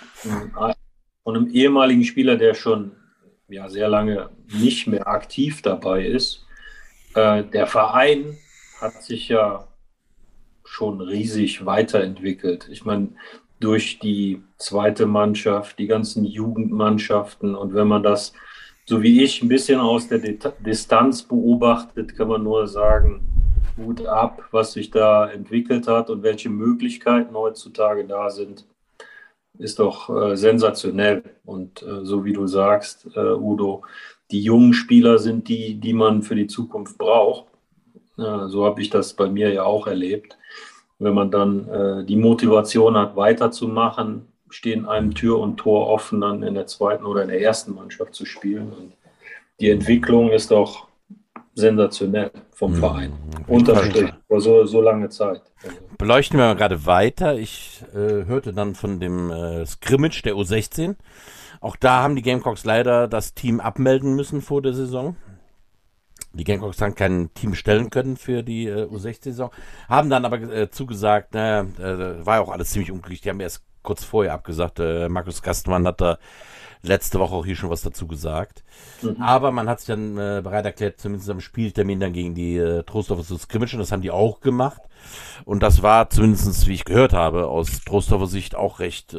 von einem ehemaligen Spieler, der schon sehr lange nicht mehr aktiv dabei ist. Der Verein hat sich ja schon riesig weiterentwickelt. Ich meine, durch die zweite Mannschaft, die ganzen Jugendmannschaften, und wenn man das so wie ich ein bisschen aus der Distanz beobachtet, kann man nur sagen, Hut ab, was sich da entwickelt hat und welche Möglichkeiten heutzutage da sind, ist doch sensationell. Und so wie du sagst, Udo, die jungen Spieler sind die man für die Zukunft braucht. So habe ich das bei mir ja auch erlebt. Wenn man dann die Motivation hat, weiterzumachen, stehen einem Tür und Tor offen, dann in der zweiten oder in der ersten Mannschaft zu spielen. Und die Entwicklung ist doch sensationell vom Verein. Unterstrich, über so lange Zeit. Beleuchten wir mal gerade weiter. Ich hörte dann von dem Scrimmage der U16. Auch da haben die Gamecocks leider das Team abmelden müssen vor der Saison. Die Gamecocks haben kein Team stellen können für die U16-Saison. Haben dann aber zugesagt, war ja auch alles ziemlich unglücklich. Die haben erst kurz vorher abgesagt. Markus Gastmann hat da letzte Woche auch hier schon was dazu gesagt. Aber man hat sich dann bereit erklärt, zumindest am Spieltermin dann gegen die Troisdorfer zu scrimmagen. Das haben die auch gemacht. Und das war zumindest, wie ich gehört habe, aus Troisdorfer Sicht auch recht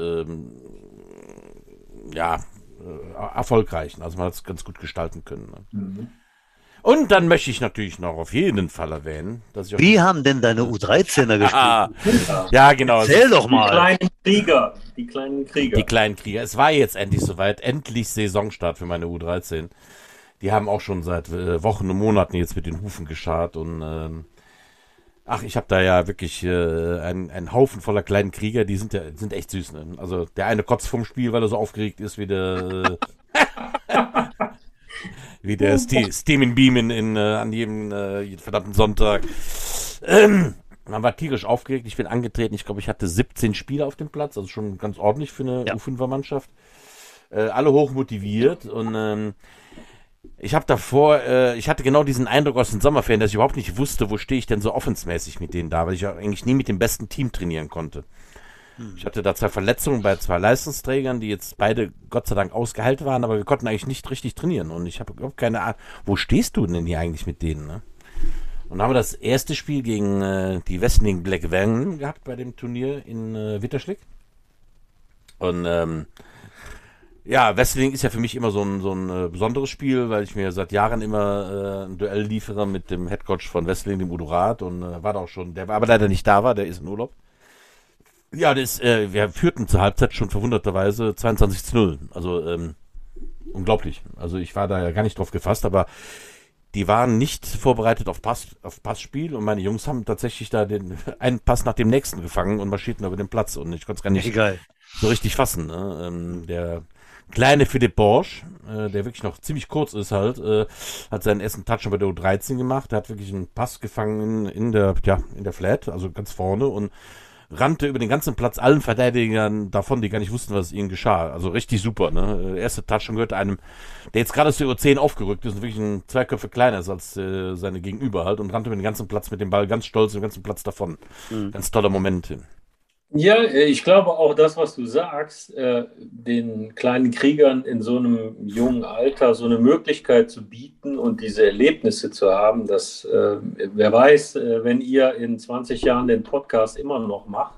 erfolgreich. Also man hat es ganz gut gestalten können. Ne? Und dann möchte ich natürlich noch auf jeden Fall erwähnen, dass ich Wie haben denn deine U13er gespielt? Ja, genau. Erzähl doch mal. Die kleinen Krieger. Die kleinen Krieger. Es war jetzt endlich soweit. Endlich Saisonstart für meine U13. die haben auch schon seit Wochen und Monaten jetzt mit den Hufen geschart und ich habe da ja wirklich einen Haufen voller kleinen Krieger, die sind echt süß. Ne? Also der eine kotzt vom Spiel, weil er so aufgeregt ist wie der Steamin' Beamin an jedem verdammten Sonntag. Man war tierisch aufgeregt. Ich bin angetreten. Ich glaube, ich hatte 17 Spieler auf dem Platz. Also schon ganz ordentlich für eine U5er-Mannschaft. Alle hoch motiviert. Und ich habe ich hatte genau diesen Eindruck aus den Sommerferien, dass ich überhaupt nicht wusste, wo stehe ich denn so offensmäßig mit denen da, weil ich ja eigentlich nie mit dem besten Team trainieren konnte. Ich hatte da 2 Verletzungen bei 2 Leistungsträgern, die jetzt beide Gott sei Dank ausgeheilt waren, aber wir konnten eigentlich nicht richtig trainieren. Und ich habe überhaupt keine Ahnung, wo stehst du denn hier eigentlich mit denen, ne? Und dann haben wir das erste Spiel gegen die Wesseling Black Wang gehabt bei dem Turnier in Witterschlick. Und Wesseling ist ja für mich immer so ein besonderes Spiel, weil ich mir seit Jahren immer ein Duell liefere mit dem Headcoach von Wesseling, dem Udo Rath. Und war da auch schon, der war aber leider nicht da, der ist in Urlaub. Ja, wir führten zur Halbzeit schon verwunderterweise 22:0. Also unglaublich. Also ich war da ja gar nicht drauf gefasst, aber die waren nicht vorbereitet auf Passspiel und meine Jungs haben tatsächlich da einen Pass nach dem nächsten gefangen und marschierten über den Platz und ich konnte es gar nicht so richtig fassen. Ne? Der kleine Philipp Borsch, der wirklich noch ziemlich kurz ist halt, hat seinen ersten Touch bei der U13 gemacht. Der hat wirklich einen Pass gefangen in der Flat, also ganz vorne und rannte über den ganzen Platz allen Verteidigern davon, die gar nicht wussten, was ihnen geschah. Also richtig super, ne? Erste Touch schon gehört einem, der jetzt gerade zur U10 aufgerückt ist und wirklich 2 Köpfe kleiner ist als seine Gegenüber halt und rannte über den ganzen Platz mit dem Ball ganz stolz den ganzen Platz davon. Ganz toller Moment. Ja, ich glaube auch das, was du sagst, den kleinen Kriegern in so einem jungen Alter so eine Möglichkeit zu bieten und diese Erlebnisse zu haben, dass, wer weiß, wenn ihr in 20 Jahren den Podcast immer noch macht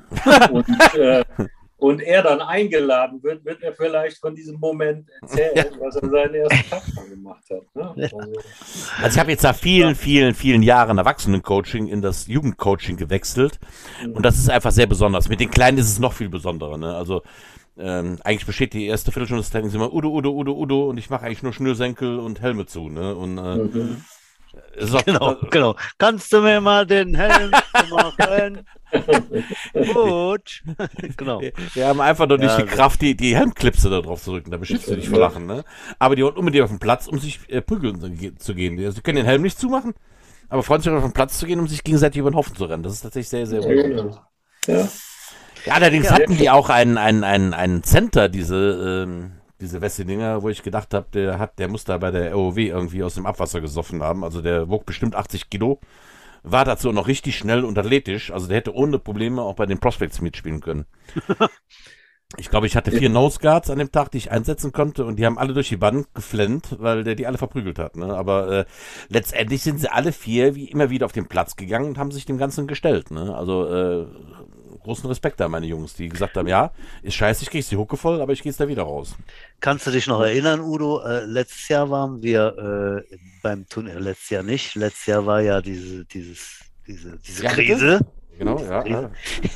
und er dann eingeladen wird er vielleicht von diesem Moment erzählen, was er seinen ersten Tag schon gemacht hat. Ne? Also ich habe jetzt nach vielen, vielen, vielen Jahren Erwachsenencoaching in das Jugendcoaching gewechselt und das ist einfach sehr besonders. Mit den Kleinen ist es noch viel besonderer. Ne? Also eigentlich besteht die erste Viertelstunde des Trainings immer Udo und ich mache eigentlich nur Schnürsenkel und Helme zu. Ne? Und Genau. Kannst du mir mal den Helm machen? Gut. Genau. Wir haben einfach noch nicht die Kraft, die Helmklipse da drauf zu drücken. Da beschützt du dich vor Lachen. Ne? Aber die wollen unbedingt auf den Platz, um sich prügeln zu gehen. Also, sie können den Helm nicht zumachen, aber freuen sich auf den Platz zu gehen, um sich gegenseitig über den Haufen zu rennen. Das ist tatsächlich sehr, sehr gut. Ja, allerdings hatten die auch einen Center, diese Wesselinger, wo ich gedacht habe, der muss da bei der ROW irgendwie aus dem Abwasser gesoffen haben. Also der wog bestimmt 80 Kilo. War dazu noch richtig schnell und athletisch. Also der hätte ohne Probleme auch bei den Prospects mitspielen können. Ich glaube, ich hatte 4 Nose Guards an dem Tag, die ich einsetzen konnte und die haben alle durch die Wand geflennt, weil der die alle verprügelt hat. Ne? Aber letztendlich sind sie alle 4 wie immer wieder auf den Platz gegangen und haben sich dem Ganzen gestellt. Ne? Also großen Respekt an meine Jungs, die gesagt haben, ja, ist scheiße, ich krieg's die Hucke voll, aber ich gehe da wieder raus. Kannst du dich noch erinnern, Udo? Letztes Jahr waren wir beim Turnier, letztes Jahr nicht. Letztes Jahr war ja diese Krise. Genau, ja.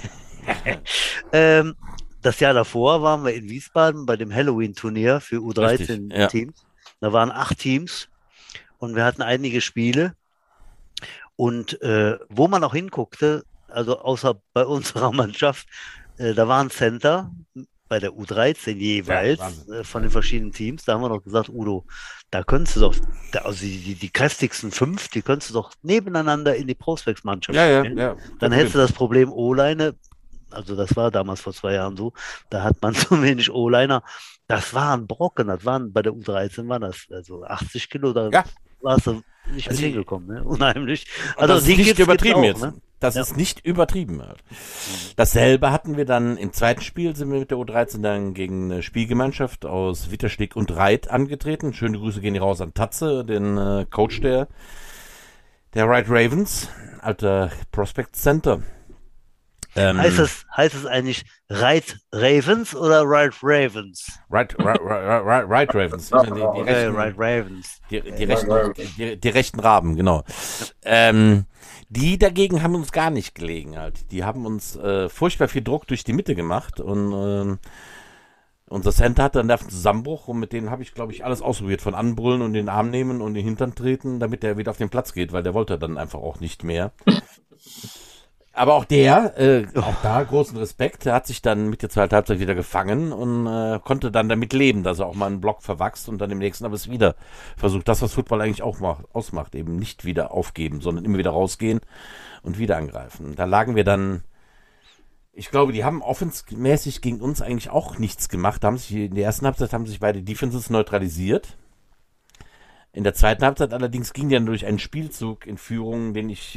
Das Jahr davor waren wir in Wiesbaden bei dem Halloween-Turnier für U13-Teams. Da waren 8 Teams und wir hatten einige Spiele. Und wo man auch hinguckte, also außer bei unserer Mannschaft, da waren Center bei der U13 jeweils von den verschiedenen Teams. Da haben wir noch gesagt, Udo, da könntest du doch, also die kräftigsten 5, die könntest du doch nebeneinander in die Prospects-Mannschaft stellen. Ja. Dann hättest du das Problem O-Line, also das war damals vor 2 Jahren so, da hat man zu wenig O-Liner. Das waren Brocken, bei der U13 waren das also 80 Kilo, da warst du nicht mit hingekommen, ne? Unheimlich. Also das ist nicht übertrieben auch, jetzt. Ne? Das ist nicht übertrieben. Dasselbe hatten wir dann im zweiten Spiel, sind wir mit der U13 dann gegen eine Spielgemeinschaft aus Witterschlick und Reit angetreten. Schöne Grüße gehen hier raus an Tatze, den Coach der Reit Ravens, alter Prospect Center. Heißt es eigentlich Reit Ravens oder Reit Ravens? Reit Ravens. Reit Ravens. Die rechten Raben, genau. Die dagegen haben uns gar nicht gelegen halt. Die haben uns furchtbar viel Druck durch die Mitte gemacht und Unser Center hatte einen Nervenzusammenbruch und mit denen habe ich, glaube ich, alles ausprobiert. Von anbrüllen und den Arm nehmen und den Hintern treten, damit der wieder auf den Platz geht, weil der wollte dann einfach auch nicht mehr. Aber auch auch da großen Respekt, der hat sich dann mit der zweiten Halbzeit wieder gefangen und konnte dann damit leben, dass er auch mal einen Block verwachst und dann im nächsten aber es wieder versucht. Das, was Football eigentlich auch ausmacht, eben nicht wieder aufgeben, sondern immer wieder rausgehen und wieder angreifen. Da lagen wir dann, ich glaube, die haben offensmäßig gegen uns eigentlich auch nichts gemacht. In der ersten Halbzeit haben sich beide Defenses neutralisiert. In der zweiten Halbzeit allerdings ging die dann durch einen Spielzug in Führung, den ich,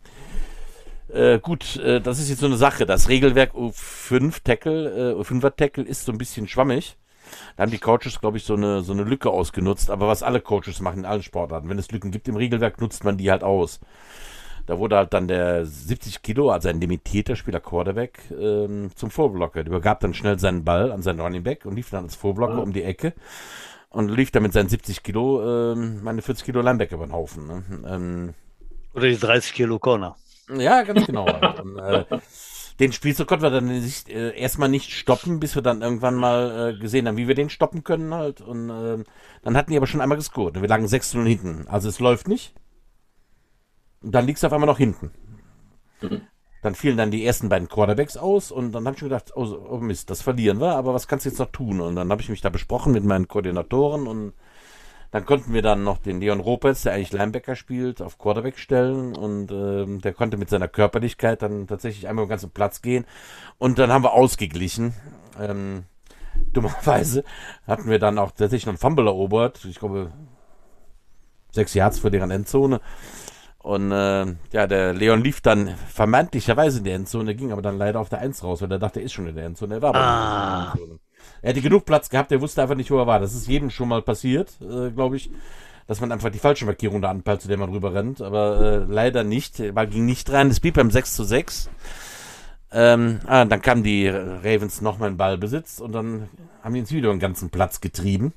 das ist jetzt so eine Sache. Das Regelwerk U5er Tackle ist so ein bisschen schwammig. Da haben die Coaches, glaube ich, so eine Lücke ausgenutzt. Aber was alle Coaches machen in allen Sportarten, wenn es Lücken gibt im Regelwerk, nutzt man die halt aus. Da wurde halt dann der 70 Kilo, also ein limitierter Spieler Quarterback, zum Vorblocker. Der übergab dann schnell seinen Ball an seinen Running Back und lief dann als Vorblocker um die Ecke und lief dann mit seinen 70 Kilo meine 40 Kilo Linebacker über den Haufen. Ne? Oder die 30 Kilo Corner. Ja, ganz genau. Und, den Spielzug konnten wir dann erstmal nicht stoppen, bis wir dann irgendwann mal gesehen haben, wie wir den stoppen können halt. Und dann hatten die aber schon einmal gescored. Wir lagen 6-0 hinten. Also es läuft nicht. Und dann liegst du auf einmal noch hinten. Dann fielen dann die ersten beiden Quarterbacks aus und dann habe ich mir gedacht, oh Mist, das verlieren wir, aber was kannst du jetzt noch tun? Und dann habe ich mich da besprochen mit meinen Koordinatoren und dann konnten wir dann noch den Leon Ropez, der eigentlich Linebacker spielt, auf Quarterback stellen und der konnte mit seiner Körperlichkeit dann tatsächlich einmal den ganzen Platz gehen und dann haben wir ausgeglichen. Dummerweise hatten wir dann auch tatsächlich noch einen Fumble erobert, ich glaube 6 Yards vor deren Endzone. Und der Leon lief dann vermeintlicherweise in der Endzone, ging aber dann leider auf der 1 raus, weil er dachte, er ist schon in der Endzone. Er war aber nicht in der Endzone. Er hatte genug Platz gehabt, er wusste einfach nicht, wo er war. Das ist jedem schon mal passiert, glaube ich, dass man einfach die falsche Markierung da anpeilt, zu der man rüber rennt. Aber leider nicht, weil ging nicht rein. Es blieb beim 6-6. Dann kamen die Ravens nochmal in Ballbesitz und dann haben die uns wieder den ganzen Platz getrieben.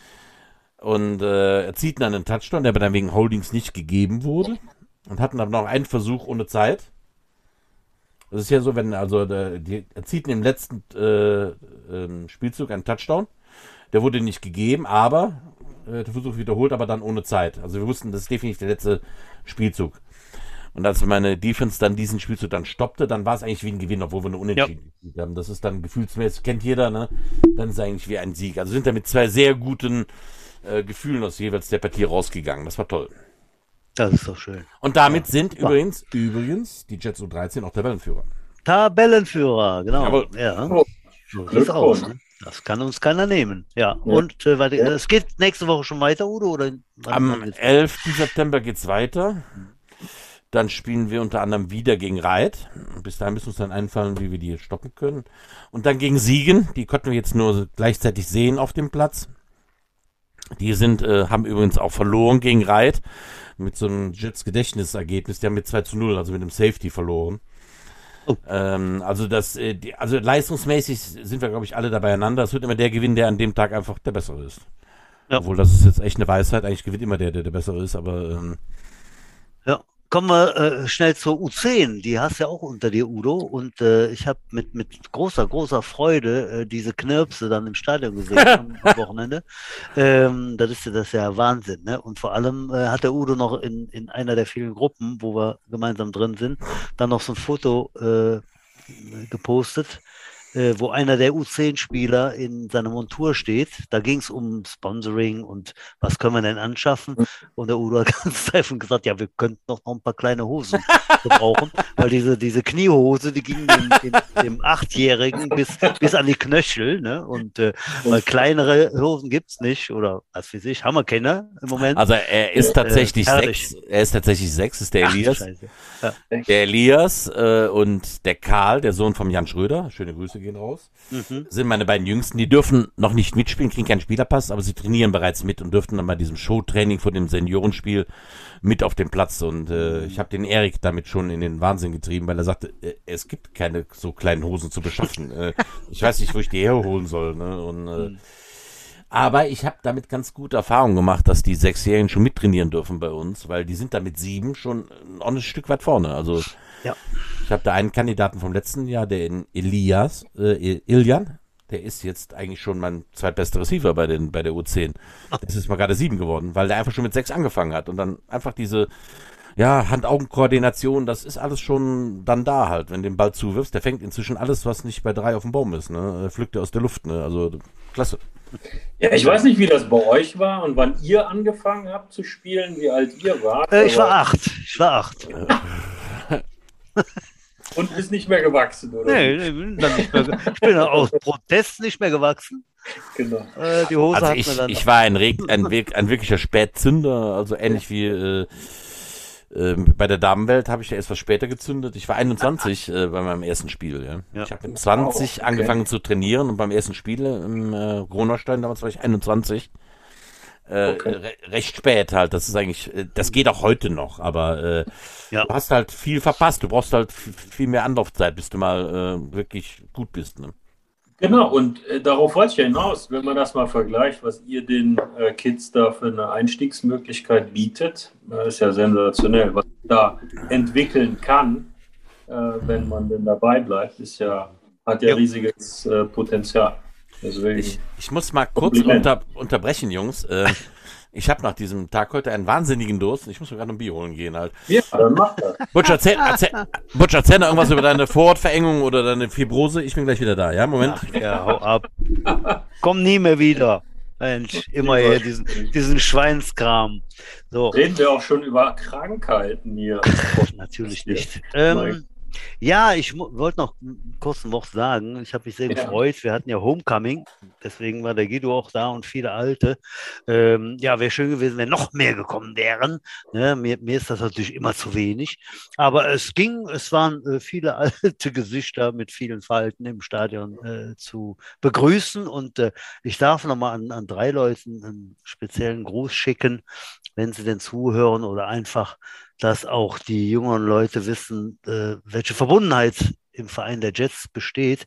Und er zieht dann einen Touchdown, der aber dann wegen Holdings nicht gegeben wurde. Und hatten dann noch einen Versuch ohne Zeit. Das ist ja so, wenn er zieht in dem letzten Spielzug einen Touchdown. Der wurde nicht gegeben, aber der Versuch wiederholt, aber dann ohne Zeit. Also wir wussten, das ist definitiv der letzte Spielzug. Und als meine Defense dann diesen Spielzug dann stoppte, dann war es eigentlich wie ein Gewinn, obwohl wir eine Unentschieden gespielt haben. Das ist dann gefühlsmäßig, kennt jeder, ne? Dann ist es eigentlich wie ein Sieg. Also sind da mit 2 sehr guten Gefühlen aus jeweils der Partie rausgegangen. Das war toll. Das ist doch schön. Und damit sind übrigens die Jets U13 auch Tabellenführer. Tabellenführer, genau. Jawohl. Ja. So sieht's aus. Ne? Das kann uns keiner nehmen. Ja. Und es geht nächste Woche schon weiter, Udo? Oder am 11. September geht's weiter. Dann spielen wir unter anderem wieder gegen Reit. Bis dahin müssen uns dann einfallen, wie wir die stoppen können. Und dann gegen Siegen. Die konnten wir jetzt nur gleichzeitig sehen auf dem Platz. Die haben übrigens auch verloren gegen Reit mit so einem Jets-Gedächtnisergebnis. Die haben mit 2-0, also mit einem Safety verloren. Oh. Also leistungsmäßig sind wir, glaube ich, alle da beieinander. Es wird immer der gewinnen, der an dem Tag einfach der Bessere ist. Ja. Obwohl, das ist jetzt echt eine Weisheit. Eigentlich gewinnt immer der Bessere ist, aber ja. Kommen wir schnell zur U10. Die hast ja auch unter dir, Udo. Und ich habe mit großer Freude diese Knirpse dann im Stadion gesehen am Wochenende. Das ist ja Wahnsinn. Ne? Und vor allem hat der Udo noch in einer der vielen Gruppen, wo wir gemeinsam drin sind, dann noch so ein Foto gepostet, wo einer der U10-Spieler in seiner Montur steht. Da ging es um Sponsoring und was können wir denn anschaffen? Und der Udo hat ganz einfach gesagt, ja, wir könnten noch ein paar kleine Hosen gebrauchen, weil diese Kniehose, die ging dem 8-Jährigen bis an die Knöchel, ne? Und weil kleinere Hosen gibt's nicht oder was weiß ich, haben wir keine im Moment. Also er ist tatsächlich 6. Er ist tatsächlich 6, ist der Elias. Ja. Der Elias und der Karl, der Sohn von Jan Schröder, schöne Grüße gehen raus, sind meine beiden Jüngsten. Die dürfen noch nicht mitspielen, kriegen keinen Spielerpass, aber sie trainieren bereits mit und dürften dann bei diesem Showtraining vor dem Seniorenspiel mit auf dem Platz. Und ich habe den Erik damit schon in den Wahnsinn getrieben, weil er sagte, es gibt keine so kleinen Hosen zu beschaffen. Ich weiß nicht, wo ich die herholen soll. Ne? Und aber ich habe damit ganz gute Erfahrungen gemacht, dass die 6-Jährigen schon mittrainieren dürfen bei uns, weil die sind da mit 7 schon auch ein Stück weit vorne. Also ich habe da einen Kandidaten vom letzten Jahr, der in Iljan, der ist jetzt eigentlich schon mein zweitbester Receiver bei der U10. Das ist mal gerade 7 geworden, weil der einfach schon mit 6 angefangen hat und dann einfach diese Hand-Augen-Koordination, das ist alles schon dann da halt, wenn du den Ball zuwirfst. Der fängt inzwischen alles, was nicht bei 3 auf dem Baum ist, ne? Pflückt er aus der Luft, ne? Also klasse. Ja, ich weiß nicht, wie das bei euch war und wann ihr angefangen habt zu spielen, wie alt ihr wart. Ich war 8. Ich war 8. Und bist nicht mehr gewachsen, oder? Nee, ich bin dann nicht mehr, ich bin aus Protest nicht mehr gewachsen. Genau. Die Hose Also hat mir dann. ich war ein wirklicher Spätzünder, also ähnlich wie bei der Damenwelt habe ich ja erst was später gezündet. Ich war 21 bei meinem ersten Spiel. Ja. Ja. Ich habe mit 20 angefangen zu trainieren und beim ersten Spiel im Gronaustein, damals war ich 21. Recht spät halt. Das ist eigentlich, das geht auch heute noch, aber Ja. du hast halt viel verpasst. Du brauchst halt viel mehr Anlaufzeit, bis du mal wirklich gut bist. Ne? Genau, und darauf wollte ich ja hinaus, wenn man das mal vergleicht, was ihr den Kids da für eine Einstiegsmöglichkeit bietet, ist ja sensationell. Was man da entwickeln kann, wenn man denn dabei bleibt, hat ja riesiges Potenzial. Deswegen. Ich muss mal kurz unterbrechen, Jungs. Ich habe nach diesem Tag heute einen wahnsinnigen Durst. Ich muss mir gerade ein Bier holen gehen halt. Ja, dann mach das. Butch, erzähl noch irgendwas über deine Vorortverengung oder deine Fibrose. Ich bin gleich wieder da, ja? Moment. Ach, ja, hau ab. Komm nie mehr wieder. Mensch, immer hier diesen Schweinskram. So. Reden wir auch schon über Krankheiten hier. Natürlich nicht. Ja, ich wollte noch einen kurzen Wort sagen. Ich habe mich sehr gefreut. Wir hatten ja Homecoming, deswegen war der Guido auch da und viele Alte. Wäre schön gewesen, wenn noch mehr gekommen wären. Ne? Mir ist das natürlich immer zu wenig. Aber es waren viele alte Gesichter mit vielen Falten im Stadion zu begrüßen. Und ich darf nochmal an 3 Leuten einen speziellen Gruß schicken, wenn sie denn zuhören oder einfach, dass auch die jüngeren Leute wissen, welche Verbundenheit im Verein der Jets besteht.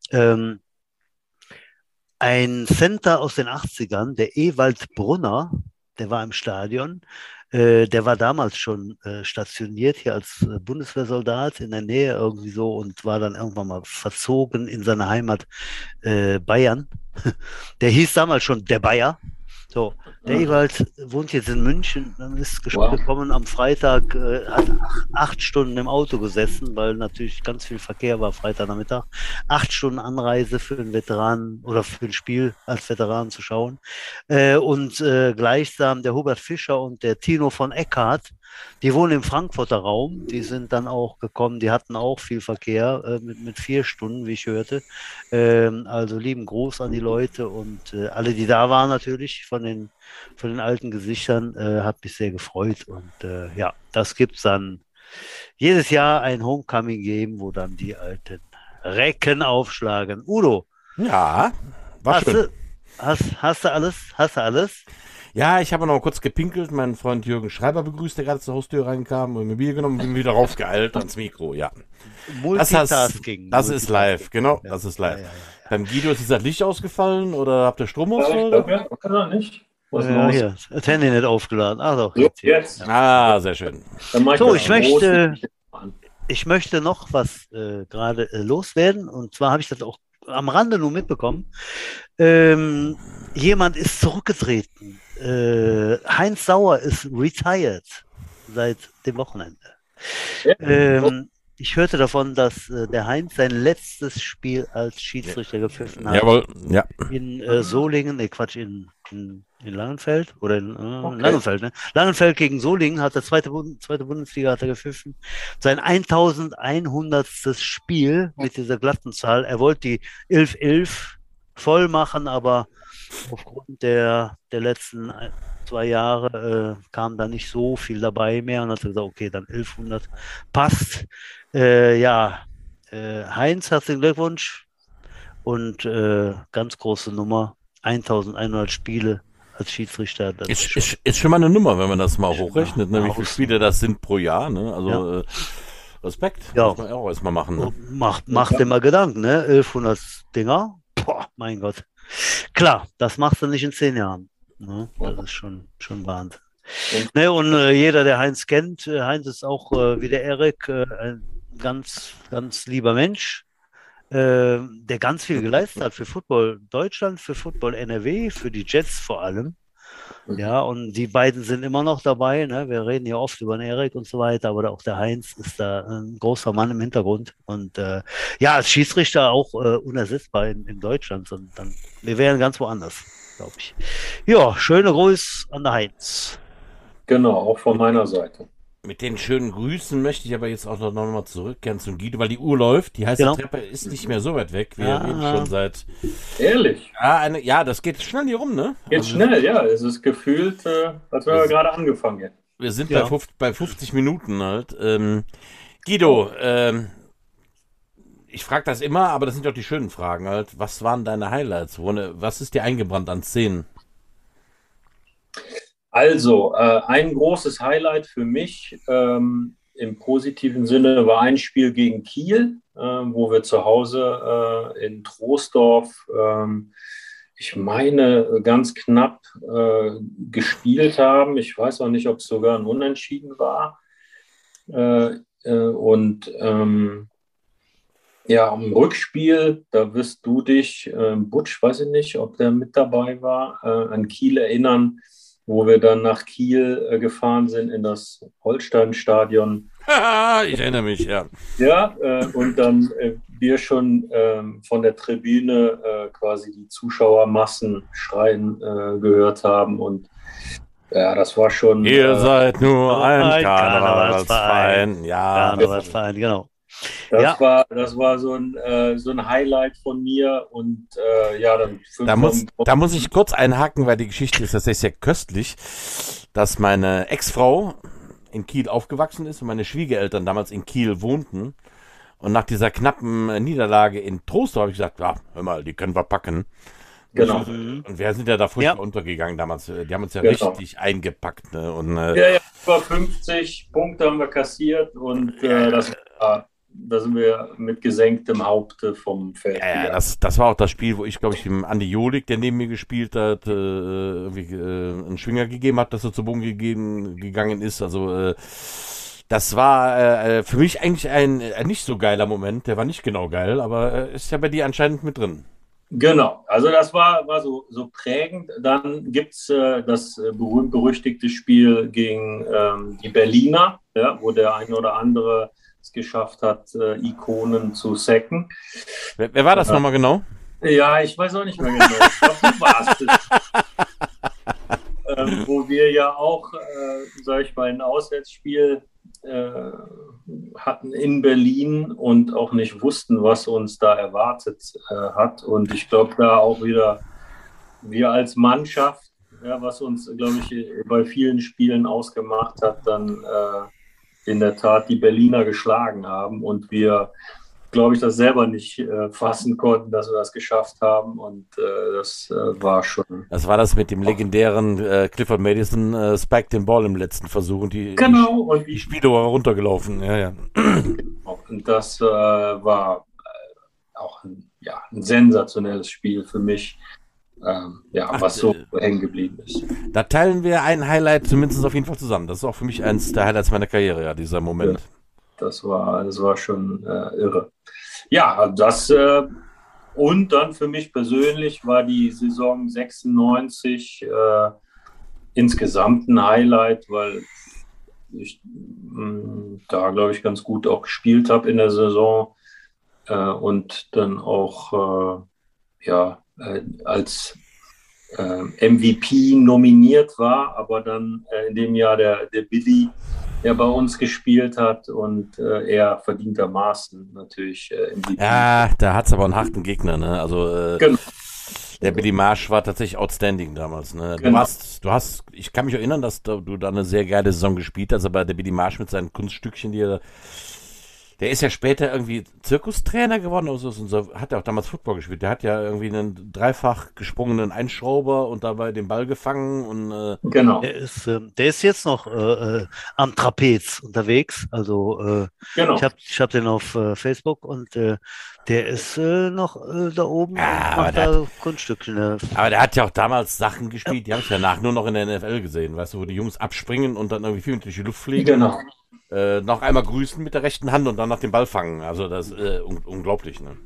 Ein Center aus den 80ern, der Ewald Brunner, der war im Stadion, der war damals schon stationiert hier als Bundeswehrsoldat in der Nähe irgendwie so und war dann irgendwann mal verzogen in seine Heimat Bayern. Der hieß damals schon der Bayer. So, der Ewald wohnt jetzt in München, dann ist gekommen am Freitag, hat 8 Stunden im Auto gesessen, weil natürlich ganz viel Verkehr war Freitagnachmittag. 8 Stunden Anreise für einen Veteran oder für ein Spiel als Veteran zu schauen. Und gleichsam der Hubert Fischer und der Tino von Eckhardt, die wohnen im Frankfurter Raum, die sind dann auch gekommen, die hatten auch viel Verkehr mit 4 Stunden, wie ich hörte. Also lieben Gruß an die Leute und alle, die da waren natürlich von den alten Gesichtern, hat mich sehr gefreut und das gibt es dann jedes Jahr ein Homecoming geben, wo dann die alten Recken aufschlagen. Udo, Ja, war schön. hast du alles? Hast du alles? Ja, ich habe noch mal kurz gepinkelt, meinen Freund Jürgen Schreiber begrüßt, der gerade zur Haustür reinkam und mir Bier genommen und bin wieder raufgeeilt ans Mikro, ja. Multitasking. Das ist live, genau, das ist live. Ja. Beim Guido ist das Licht ausgefallen oder habt ihr Stromausfall? Ich glaube, nicht. Was los? Hier, das Handy nicht aufgeladen. Ach doch, So, jetzt. jetzt. Ah, sehr schön. Dann mach So, das ich möchte noch was gerade loswerden und zwar habe ich das auch am Rande nur mitbekommen. Jemand ist zurückgetreten. Heinz Sauer ist retired seit dem Wochenende. Ich hörte davon, dass der Heinz sein letztes Spiel als Schiedsrichter gepfiffen hat. Jawohl, ja. In Solingen, in Langenfeld oder in Langenfeld, ne? Langenfeld gegen Solingen hat er zweite Bundesliga hat er gepfiffen. Sein 1100. Spiel mit dieser glatten Zahl. Er wollte die 11-11 voll machen, aber aufgrund der letzten 2 Jahre kam da nicht so viel dabei mehr und hat gesagt, okay, dann 1100 passt. Heinz, herzlichen Glückwunsch und ganz große Nummer, 1100 Spiele als Schiedsrichter. Das Ist schon mal eine Nummer, wenn man das mal hochrechnet, ne? Wie viele Spiele das sind pro Jahr, ne? Also Respekt, muss man auch erstmal machen. Ne? Macht dir mal Gedanken, ne? 1100 Dinger, boah, mein Gott. Klar, das machst du nicht in 10 Jahren. Ne? Das ist schon Wahnsinn. Ne, und jeder, der Heinz kennt, Heinz ist auch wie der Erik ein ganz, ganz lieber Mensch. der ganz viel geleistet hat für Football Deutschland, für Football NRW, für die Jets vor allem. Ja, und die beiden sind immer noch dabei. Ne? Wir reden ja oft über den Erik und so weiter, aber auch der Heinz ist da ein großer Mann im Hintergrund. Und ja, als Schiedsrichter auch unersetzbar in Deutschland. Und dann, wir wären ganz woanders, glaube ich. Ja, schöne Grüße an der Heinz. Genau, auch von meiner Seite. Mit den schönen Grüßen möchte ich aber jetzt auch noch mal zurückkehren zum Guido, weil die Uhr läuft. Die heiße Genau. Treppe ist nicht mehr so weit weg. Wir Ah. reden schon seit. Ehrlich, Ja, das geht schnell hier rum, ne? geht Also, schnell, ja. Es ist gefühlt, als wir gerade angefangen hätten. wir sind Ja. bei 50 Minuten halt. Guido, ich frage das immer, aber das sind doch die schönen Fragen halt. Was waren deine Highlights? Was ist dir eingebrannt an Szenen? Also, ein großes Highlight für mich im positiven Sinne war ein Spiel gegen Kiel, wo wir zu Hause in Troisdorf, ich meine, ganz knapp gespielt haben. Ich weiß auch nicht, ob es sogar ein Unentschieden war. Ja, im Rückspiel, da wirst du dich, Butsch, weiß ich nicht, ob der mit dabei war, an Kiel erinnern, wo wir dann nach Kiel gefahren sind in das Holstein-Stadion. Ich erinnere mich, ja. Ja, und dann wir schon von der Tribüne quasi die Zuschauermassen schreien gehört haben. Und ja, das war schon. Ihr seid nur ein Karnevalsverein. Karnevalsverein. Ja, Karnevalsverein, genau. Das Ja. war so ein Highlight von mir. Und ja, dann da muss ich kurz einhaken, weil die Geschichte ist tatsächlich sehr köstlich, dass meine Ex-Frau in Kiel aufgewachsen ist und meine Schwiegereltern damals in Kiel wohnten. Und nach dieser knappen Niederlage in Troisdorf habe ich gesagt, ja, hör mal, die können wir packen. Genau. Und wir sind ja da furchtbar untergegangen damals. Die haben uns ja richtig eingepackt. Ne? Und, ja, über 50 Punkte haben wir kassiert und da sind wir mit gesenktem Haupte vom Feld. Ja, das war auch das Spiel, wo ich, glaube ich, dem Andi Jolik, der neben mir gespielt hat, irgendwie einen Schwinger gegeben hat, dass er zu Boden gegangen ist. Also das war für mich eigentlich ein nicht so geiler Moment. Der war nicht genau geil, aber ist ja bei dir anscheinend mit drin. Genau, also das war so prägend. Dann gibt es das berühmt-berüchtigte Spiel gegen die Berliner, ja, wo der eine oder andere es geschafft hat, Ikonen zu sacken. Wer war das nochmal genau? Ja, ich weiß auch nicht mehr genau. Ich glaube, du warst es. Wo wir ja auch, sag ich mal, ein Auswärtsspiel hatten in Berlin und auch nicht wussten, was uns da erwartet hat. Und ich glaube, da auch wieder wir als Mannschaft, ja, was uns, glaube ich, bei vielen Spielen ausgemacht hat, dann in der Tat die Berliner geschlagen haben und wir, glaube ich, das selber nicht fassen konnten, dass wir das geschafft haben und das war schon... Das war das mit dem legendären Clifford Madison spiked den Ball im letzten Versuch und die Spiele war runtergelaufen. Ja. Und das war auch ein sensationelles Spiel für mich, was so hängen geblieben ist. Da teilen wir ein Highlight zumindest auf jeden Fall zusammen. Das ist auch für mich eins der Highlights meiner Karriere, ja, dieser Moment. Ja, das war schon irre. Ja, und dann für mich persönlich war die Saison 96 insgesamt ein Highlight, weil ich da, glaube ich, ganz gut auch gespielt habe in der Saison und dann auch als MVP nominiert war, aber dann in dem Jahr der Billy ja bei uns gespielt hat und er verdientermaßen natürlich MVP. Ja, da hat es aber einen harten Gegner, ne? Also genau. Der Billy Marsh war tatsächlich outstanding damals, ne? Genau. Ich kann mich erinnern, dass du da eine sehr geile Saison gespielt hast, aber der Billy Marsh mit seinen Kunststückchen, der ist ja später irgendwie Zirkustrainer geworden oder so, und so hat er auch damals Football gespielt. Der hat ja irgendwie einen dreifach gesprungenen Einschrauber und dabei den Ball gefangen und genau. Der ist jetzt noch am Trapez unterwegs. Also genau. Ich hab den auf Facebook und der ist noch da oben Ja, und macht da Kunststückchen. Aber der hat ja auch damals Sachen gespielt, die habe ich danach nur noch in der NFL gesehen, weißt du, wo die Jungs abspringen und dann irgendwie viel durch die Luft fliegen. Genau. Noch einmal grüßen mit der rechten Hand und dann nach dem Ball fangen. Also das ist unglaublich, ne?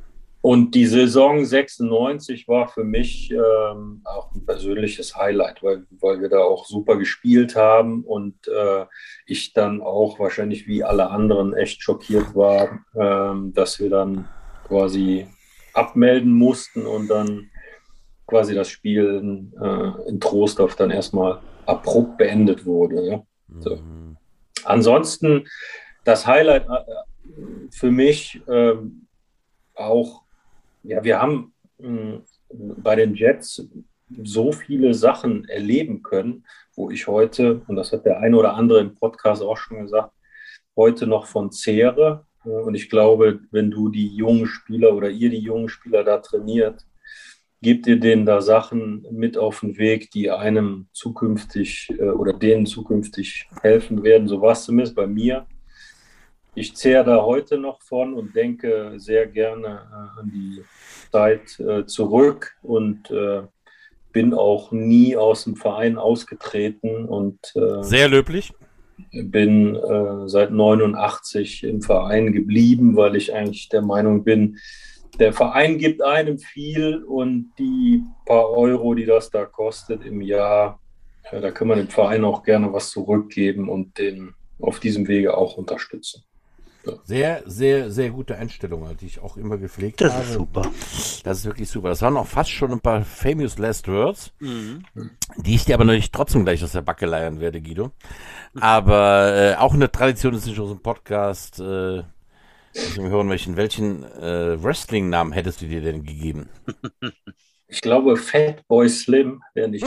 Und die Saison 96 war für mich auch ein persönliches Highlight, weil wir da auch super gespielt haben und ich dann auch wahrscheinlich wie alle anderen echt schockiert war, dass wir dann quasi abmelden mussten und dann quasi das Spiel in Troisdorf dann erstmal abrupt beendet wurde. Ja? So. Ansonsten das Highlight für mich auch, ja, wir haben bei den Jets so viele Sachen erleben können, wo ich heute, und das hat der eine oder andere im Podcast auch schon gesagt, heute noch von zehre. Und ich glaube, wenn du die jungen Spieler oder ihr die jungen Spieler da trainiert, gebt ihr denen da Sachen mit auf den Weg, die einem zukünftig oder denen zukünftig helfen werden. So war es zumindest bei mir. Ich zehre da heute noch von und denke sehr gerne an die Zeit zurück und bin auch nie aus dem Verein ausgetreten und sehr löblich. Bin seit 89 im Verein geblieben, weil ich eigentlich der Meinung bin, der Verein gibt einem viel und die paar Euro, die das da kostet im Jahr, da kann man dem Verein auch gerne was zurückgeben und den auf diesem Wege auch unterstützen. Ja. Sehr, sehr, sehr gute Einstellung, die ich auch immer gepflegt habe. Das ist super. Das ist wirklich super. Das waren auch fast schon ein paar famous last words, die ich dir aber natürlich trotzdem gleich aus der Backe leiern werde, Guido. Aber auch eine Tradition ist nicht aus dem Podcast. Ich will hören, welchen Wrestling-Namen hättest du dir denn gegeben? Ich glaube, Fatboy Slim wäre nicht.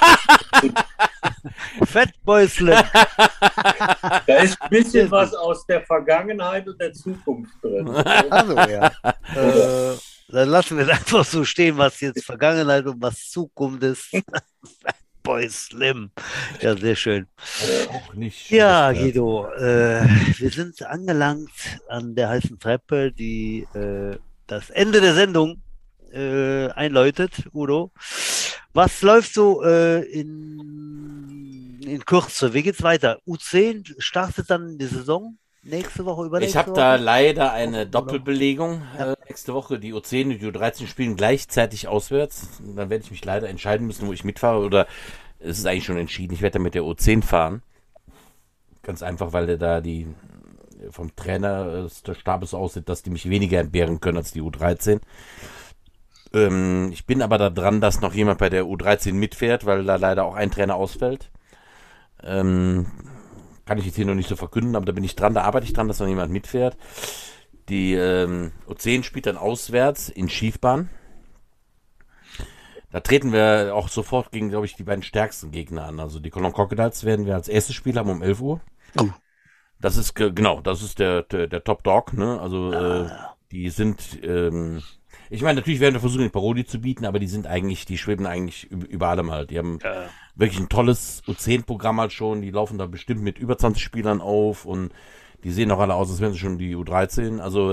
Fatboy Slim. Da ist ein bisschen was aus der Vergangenheit und der Zukunft drin. Also, ja. Dann lassen wir es einfach so stehen, was jetzt Vergangenheit und was Zukunft ist. Fatboy Slim. Ja, sehr schön. Auch nicht. Ja, Guido, wir sind angelangt an der heißen Treppe, die das Ende der Sendung einläutet, Udo. Was läuft so in Kürze? Wie geht's weiter? U10 startet dann die Saison nächste Woche, übernächste Woche? Ich habe da leider eine Doppelbelegung nächste Woche. Die U10 und die U13 spielen gleichzeitig auswärts. Dann werde ich mich leider entscheiden müssen, wo ich mitfahre. Oder es ist eigentlich schon entschieden, ich werde da mit der U10 fahren. Ganz einfach, weil der da vom Trainer des Stabes aussieht, dass die mich weniger entbehren können als die U13. Ich bin aber da dran, dass noch jemand bei der U13 mitfährt, weil da leider auch ein Trainer ausfällt. Kann ich jetzt hier noch nicht so verkünden, aber da bin ich dran, da arbeite ich dran, dass noch jemand mitfährt. Die U10 spielt dann auswärts in Schiefbahn. Da treten wir auch sofort gegen, glaube ich, die beiden stärksten Gegner an. Also die Cologne Crocodiles werden wir als erstes Spiel haben um 11 Uhr. Oh. Das ist, genau, das ist der Top Dog, ne? Also die sind... ich meine, natürlich werden wir versuchen, die Parodie zu bieten, aber die schweben eigentlich über allem halt. Die haben wirklich ein tolles U10-Programm halt schon. Die laufen da bestimmt mit über 20 Spielern auf und die sehen auch alle aus, als wären sie schon die U13. Also,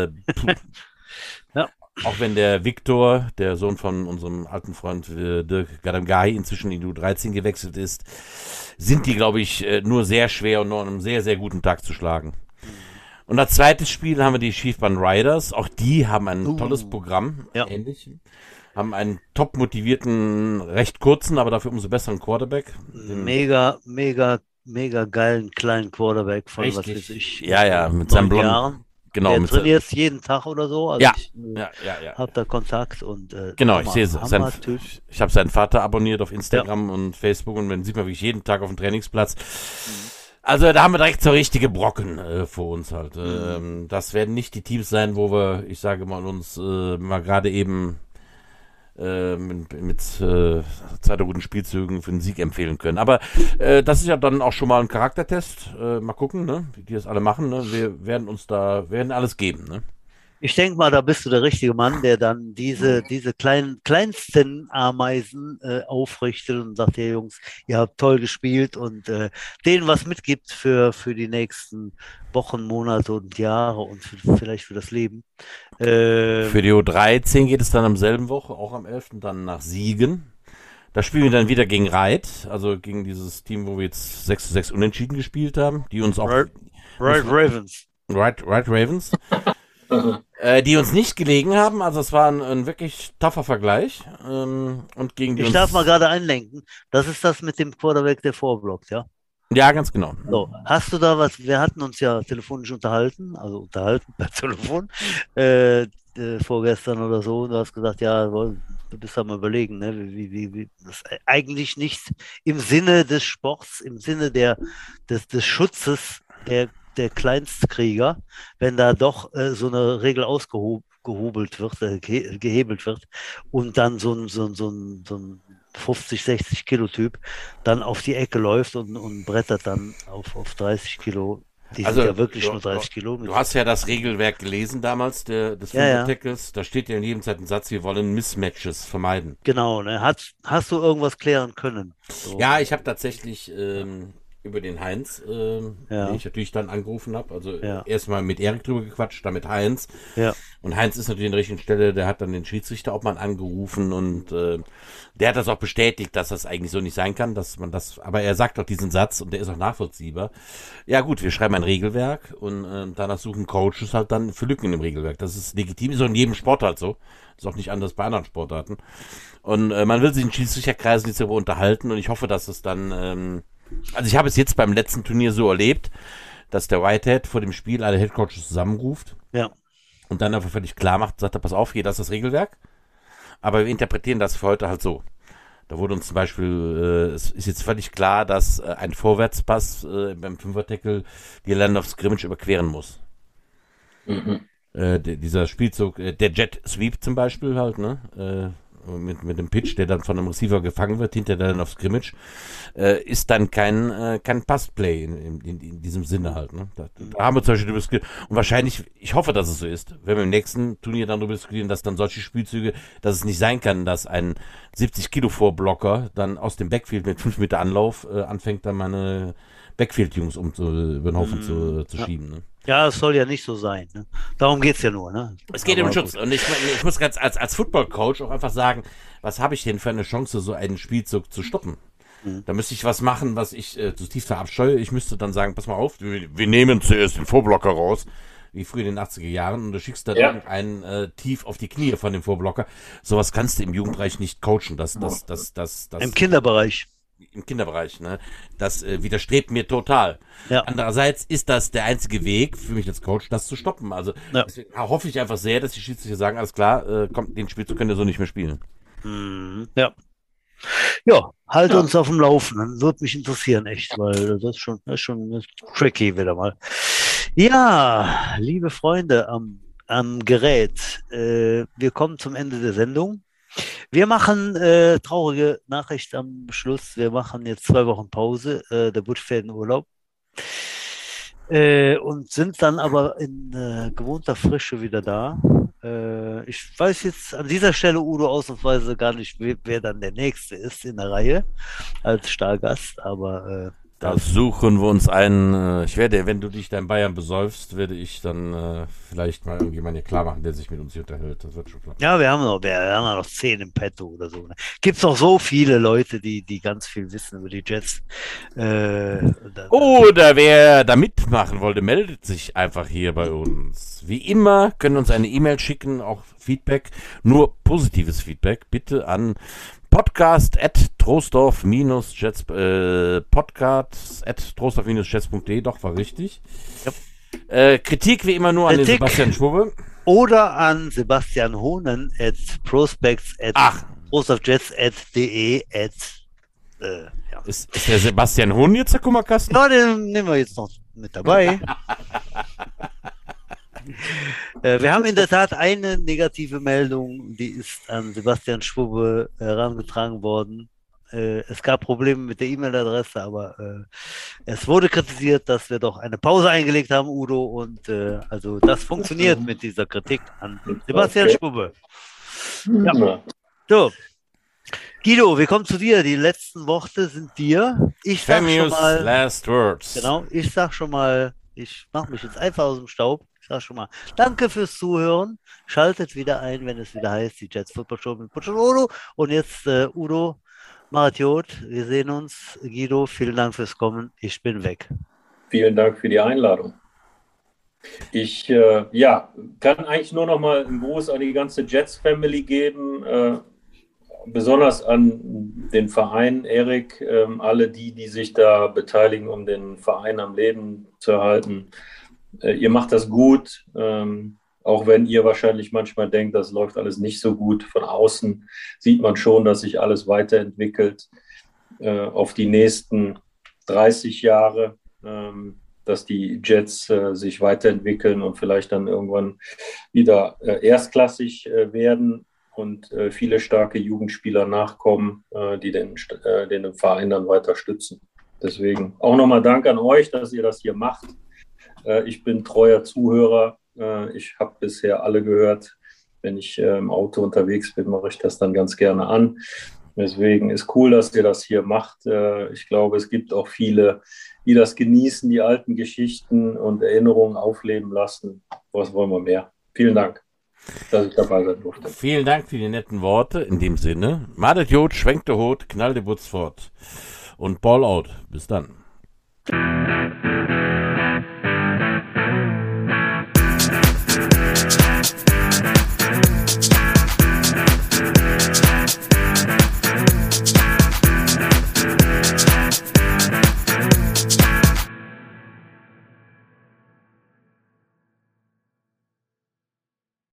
ja. Auch wenn der Viktor, der Sohn von unserem alten Freund Dirk Gadamgai, inzwischen in die U13 gewechselt ist, sind die, glaube ich, nur sehr schwer und nur an einem sehr, sehr guten Tag zu schlagen. Und als zweites Spiel haben wir die Schiefbahn Riders. Auch die haben ein tolles Programm, ähnlich. Haben einen top motivierten, recht kurzen, aber dafür umso besseren Quarterback. Mega geilen kleinen Quarterback von, Richtig. was weiß ich, Ja, mit seinem blonden Jahren. Genau. Der trainiert jeden Tag oder so. Also ja. Ich Ja. habe da Kontakt und Genau, ich sehe es. Typ. Ich habe seinen Vater abonniert auf Instagram und Facebook und man sieht man wirklich jeden Tag auf dem Trainingsplatz. Also da haben wir direkt so richtige Brocken vor uns halt. Das werden nicht die Teams sein, wo wir, ich sage mal, uns mal gerade eben mit zwei guten Spielzügen für den Sieg empfehlen können. Aber das ist ja dann auch schon mal ein Charaktertest. Mal gucken, ne, wie die das alle machen. Ne? Wir werden alles geben. Ne? Ich denke mal, da bist du der richtige Mann, der dann diese kleinsten Ameisen aufrichtet und sagt, hey Jungs, ihr habt toll gespielt und denen was mitgibt für die nächsten Wochen, Monate und Jahre und vielleicht für das Leben. Für die U13 geht es dann am selben Woche, auch am 11. dann nach Siegen. Da spielen wir dann wieder gegen Reit, also gegen dieses Team, wo wir jetzt 6:6 unentschieden gespielt haben, die uns auch... Reit Ravens. Reit Ravens. die uns nicht gelegen haben. Also es war ein wirklich tougher Vergleich. Und gegen die Ich uns, darf mal gerade einlenken. Das ist das mit dem Quarterback, der vorblockt, ja? ja, ganz genau. So, hast du da was? Wir hatten uns ja telefonisch unterhalten, also unterhalten per Telefon, vorgestern oder so. Und du hast gesagt, ja, du bist am Überlegen, ne? Das ist eigentlich nicht im Sinne des Sports, im Sinne des Schutzes der Kleinstkrieger, wenn da doch so eine Regel gehebelt wird und dann so ein 50, 60 Kilo Typ dann auf die Ecke läuft und brettert dann auf 30 Kilo. Die sind Also ja wirklich nur 30 Kilo. du hast ja das Regelwerk gelesen damals des Ja, ja. Fünfer-Tackles. Da steht ja in jedem Zeit ein Satz, wir wollen Mismatches vermeiden. Genau, ne? Hast du irgendwas klären können? So. Ja, ich habe tatsächlich über den Heinz, Ja. den ich natürlich dann angerufen habe, also Ja. erstmal mit Erik drüber gequatscht, dann mit Heinz. Ja. Und Heinz ist natürlich an der richtigen Stelle, der hat dann den Schiedsrichter auch mal angerufen und der hat das auch bestätigt, dass das eigentlich so nicht sein kann, dass man das, aber er sagt doch diesen Satz und der ist auch nachvollziehbar. Ja gut, wir schreiben ein Regelwerk und danach suchen Coaches halt dann für Lücken in dem Regelwerk. Das ist legitim, ist auch in jedem Sport halt so. Ist auch nicht anders bei anderen Sportarten. Und man will sich in Schiedsrichterkreisen jetzt darüber unterhalten und ich hoffe, dass es dann, also ich habe es jetzt beim letzten Turnier so erlebt, dass der Whitehead vor dem Spiel alle Headcoaches zusammenruft Ja. und dann einfach völlig klar macht, sagt er, pass auf, hier, das ist das Regelwerk, aber wir interpretieren das für heute halt so. Da wurde uns zum Beispiel, es ist jetzt völlig klar, dass ein Vorwärtspass beim Fünfer-Tackle die Line of Scrimmage überqueren muss. Dieser Spielzug, der Jet Sweep zum Beispiel halt, ne, mit dem Pitch, der dann von einem Receiver gefangen wird, hinter der Line of Scrimmage, ist dann kein Passplay in diesem Sinne halt. Ne? Da haben wir zum Beispiel darüber diskutiert. Und wahrscheinlich, ich hoffe, dass es so ist, wenn wir im nächsten Turnier dann darüber diskutieren, dass dann solche Spielzüge, dass es nicht sein kann, dass ein 70 Kilo Vorblocker dann aus dem Backfield mit 5 Meter Anlauf anfängt, dann meine Backfield-Jungs über den Haufen zu schieben. Ne? Ja, es soll ja nicht so sein. Ne? Darum geht es ja nur. Ne? Es geht um Aber Schutz. gut. Und ich muss ganz als Football-Coach auch einfach sagen, was habe ich denn für eine Chance, so einen Spielzug zu stoppen? Da müsste ich was machen, was ich zutiefst verabscheue. Ich müsste dann sagen, pass mal auf, wir nehmen zuerst den Vorblocker raus, wie früher in den 80er Jahren, und du schickst dann irgendeinen tief auf die Knie von dem Vorblocker. Sowas kannst du im Jugendbereich nicht coachen. Das Im Kinderbereich. im Kinderbereich, ne? Das widerstrebt mir total. Ja. Andererseits ist das der einzige Weg für mich als Coach, das zu stoppen. Also Ja. deswegen hoffe ich einfach sehr, dass die Schiedsrichter sagen, alles klar, kommt, den Spielzug könnt ihr so nicht mehr spielen. Ja. Ja, halt uns auf dem Laufenden. Würde mich interessieren, echt, weil das ist schon tricky wieder mal. Ja, liebe Freunde am Gerät, wir kommen zum Ende der Sendung. Wir machen traurige Nachricht am Schluss. Wir machen jetzt 2 Wochen Pause. Der Butch fährt in Urlaub. Und sind dann aber in gewohnter Frische wieder da. Ich weiß jetzt an dieser Stelle, Udo, ausnahmsweise gar nicht, wer dann der Nächste ist in der Reihe als Stargast, aber Da suchen wir uns einen, ich werde, wenn du dich da in Bayern besäufst, werde ich dann vielleicht mal irgendjemanden hier klar machen, der sich mit uns hier unterhält. Das wird schon klar. ja, wir haben ja noch 10 im Petto oder so. Ne? Gibt es noch so viele Leute, die ganz viel wissen über die Jets. Oder wer da mitmachen wollte, meldet sich einfach hier bei uns. Wie immer können uns eine E-Mail schicken, auch Feedback, nur positives Feedback, bitte an podcast@trostorf-jets podcast@trostorf-jets.de, doch, war richtig. Kritik wie immer nur an den Kritik. Sebastian Schwubbe. Oder an Sebastian Hohnen at prospects@trostorfjets.de ja. Ist der Sebastian Hohn jetzt der Kummerkasten? Ja, den nehmen wir jetzt noch mit dabei. Wir haben in der Tat eine negative Meldung, die ist an Sebastian Schwubbe herangetragen worden. Es gab Probleme mit der E-Mail-Adresse, aber es wurde kritisiert, dass wir doch eine Pause eingelegt haben, Udo, und also das funktioniert mit dieser Kritik an Sebastian Schwubbe. Ja. So, Guido, wir kommen zu dir. Die letzten Worte sind dir. Ich sag schon Famous mal, last words. genau, ich sag schon mal, ich mache mich jetzt einfach aus dem Staub. Ich sag schon mal, danke fürs Zuhören. Schaltet wieder ein, wenn es wieder heißt, die Jets Football Show mit Butch und Udo. Und jetzt, Udo, Maratiot, wir sehen uns. Guido, vielen Dank fürs Kommen. Ich bin weg. Vielen Dank für die Einladung. Ich kann eigentlich nur noch mal einen Gruß an die ganze Jets-Family geben, besonders an den Verein, Erik, alle die sich da beteiligen, um den Verein am Leben zu erhalten. Ihr macht das gut, auch wenn ihr wahrscheinlich manchmal denkt, das läuft alles nicht so gut. Von außen sieht man schon, dass sich alles weiterentwickelt auf die nächsten 30 Jahre. Dass die Jets sich weiterentwickeln und vielleicht dann irgendwann wieder erstklassig werden und viele starke Jugendspieler nachkommen, die den Verein dann weiter stützen. Deswegen auch nochmal Dank an euch, dass ihr das hier macht. Ich bin treuer Zuhörer. Ich habe bisher alle gehört. Wenn ich im Auto unterwegs bin, mache ich das dann ganz gerne an. Deswegen ist cool, dass ihr das hier macht. Ich glaube, es gibt auch viele, die das genießen, die alten Geschichten und Erinnerungen aufleben lassen. Was wollen wir mehr? Vielen Dank, dass ich dabei sein durfte. Vielen Dank für die netten Worte. In dem Sinne, madet Jod, schwenkt der Hut, knallt die Butz fort und Ball out. Bis dann.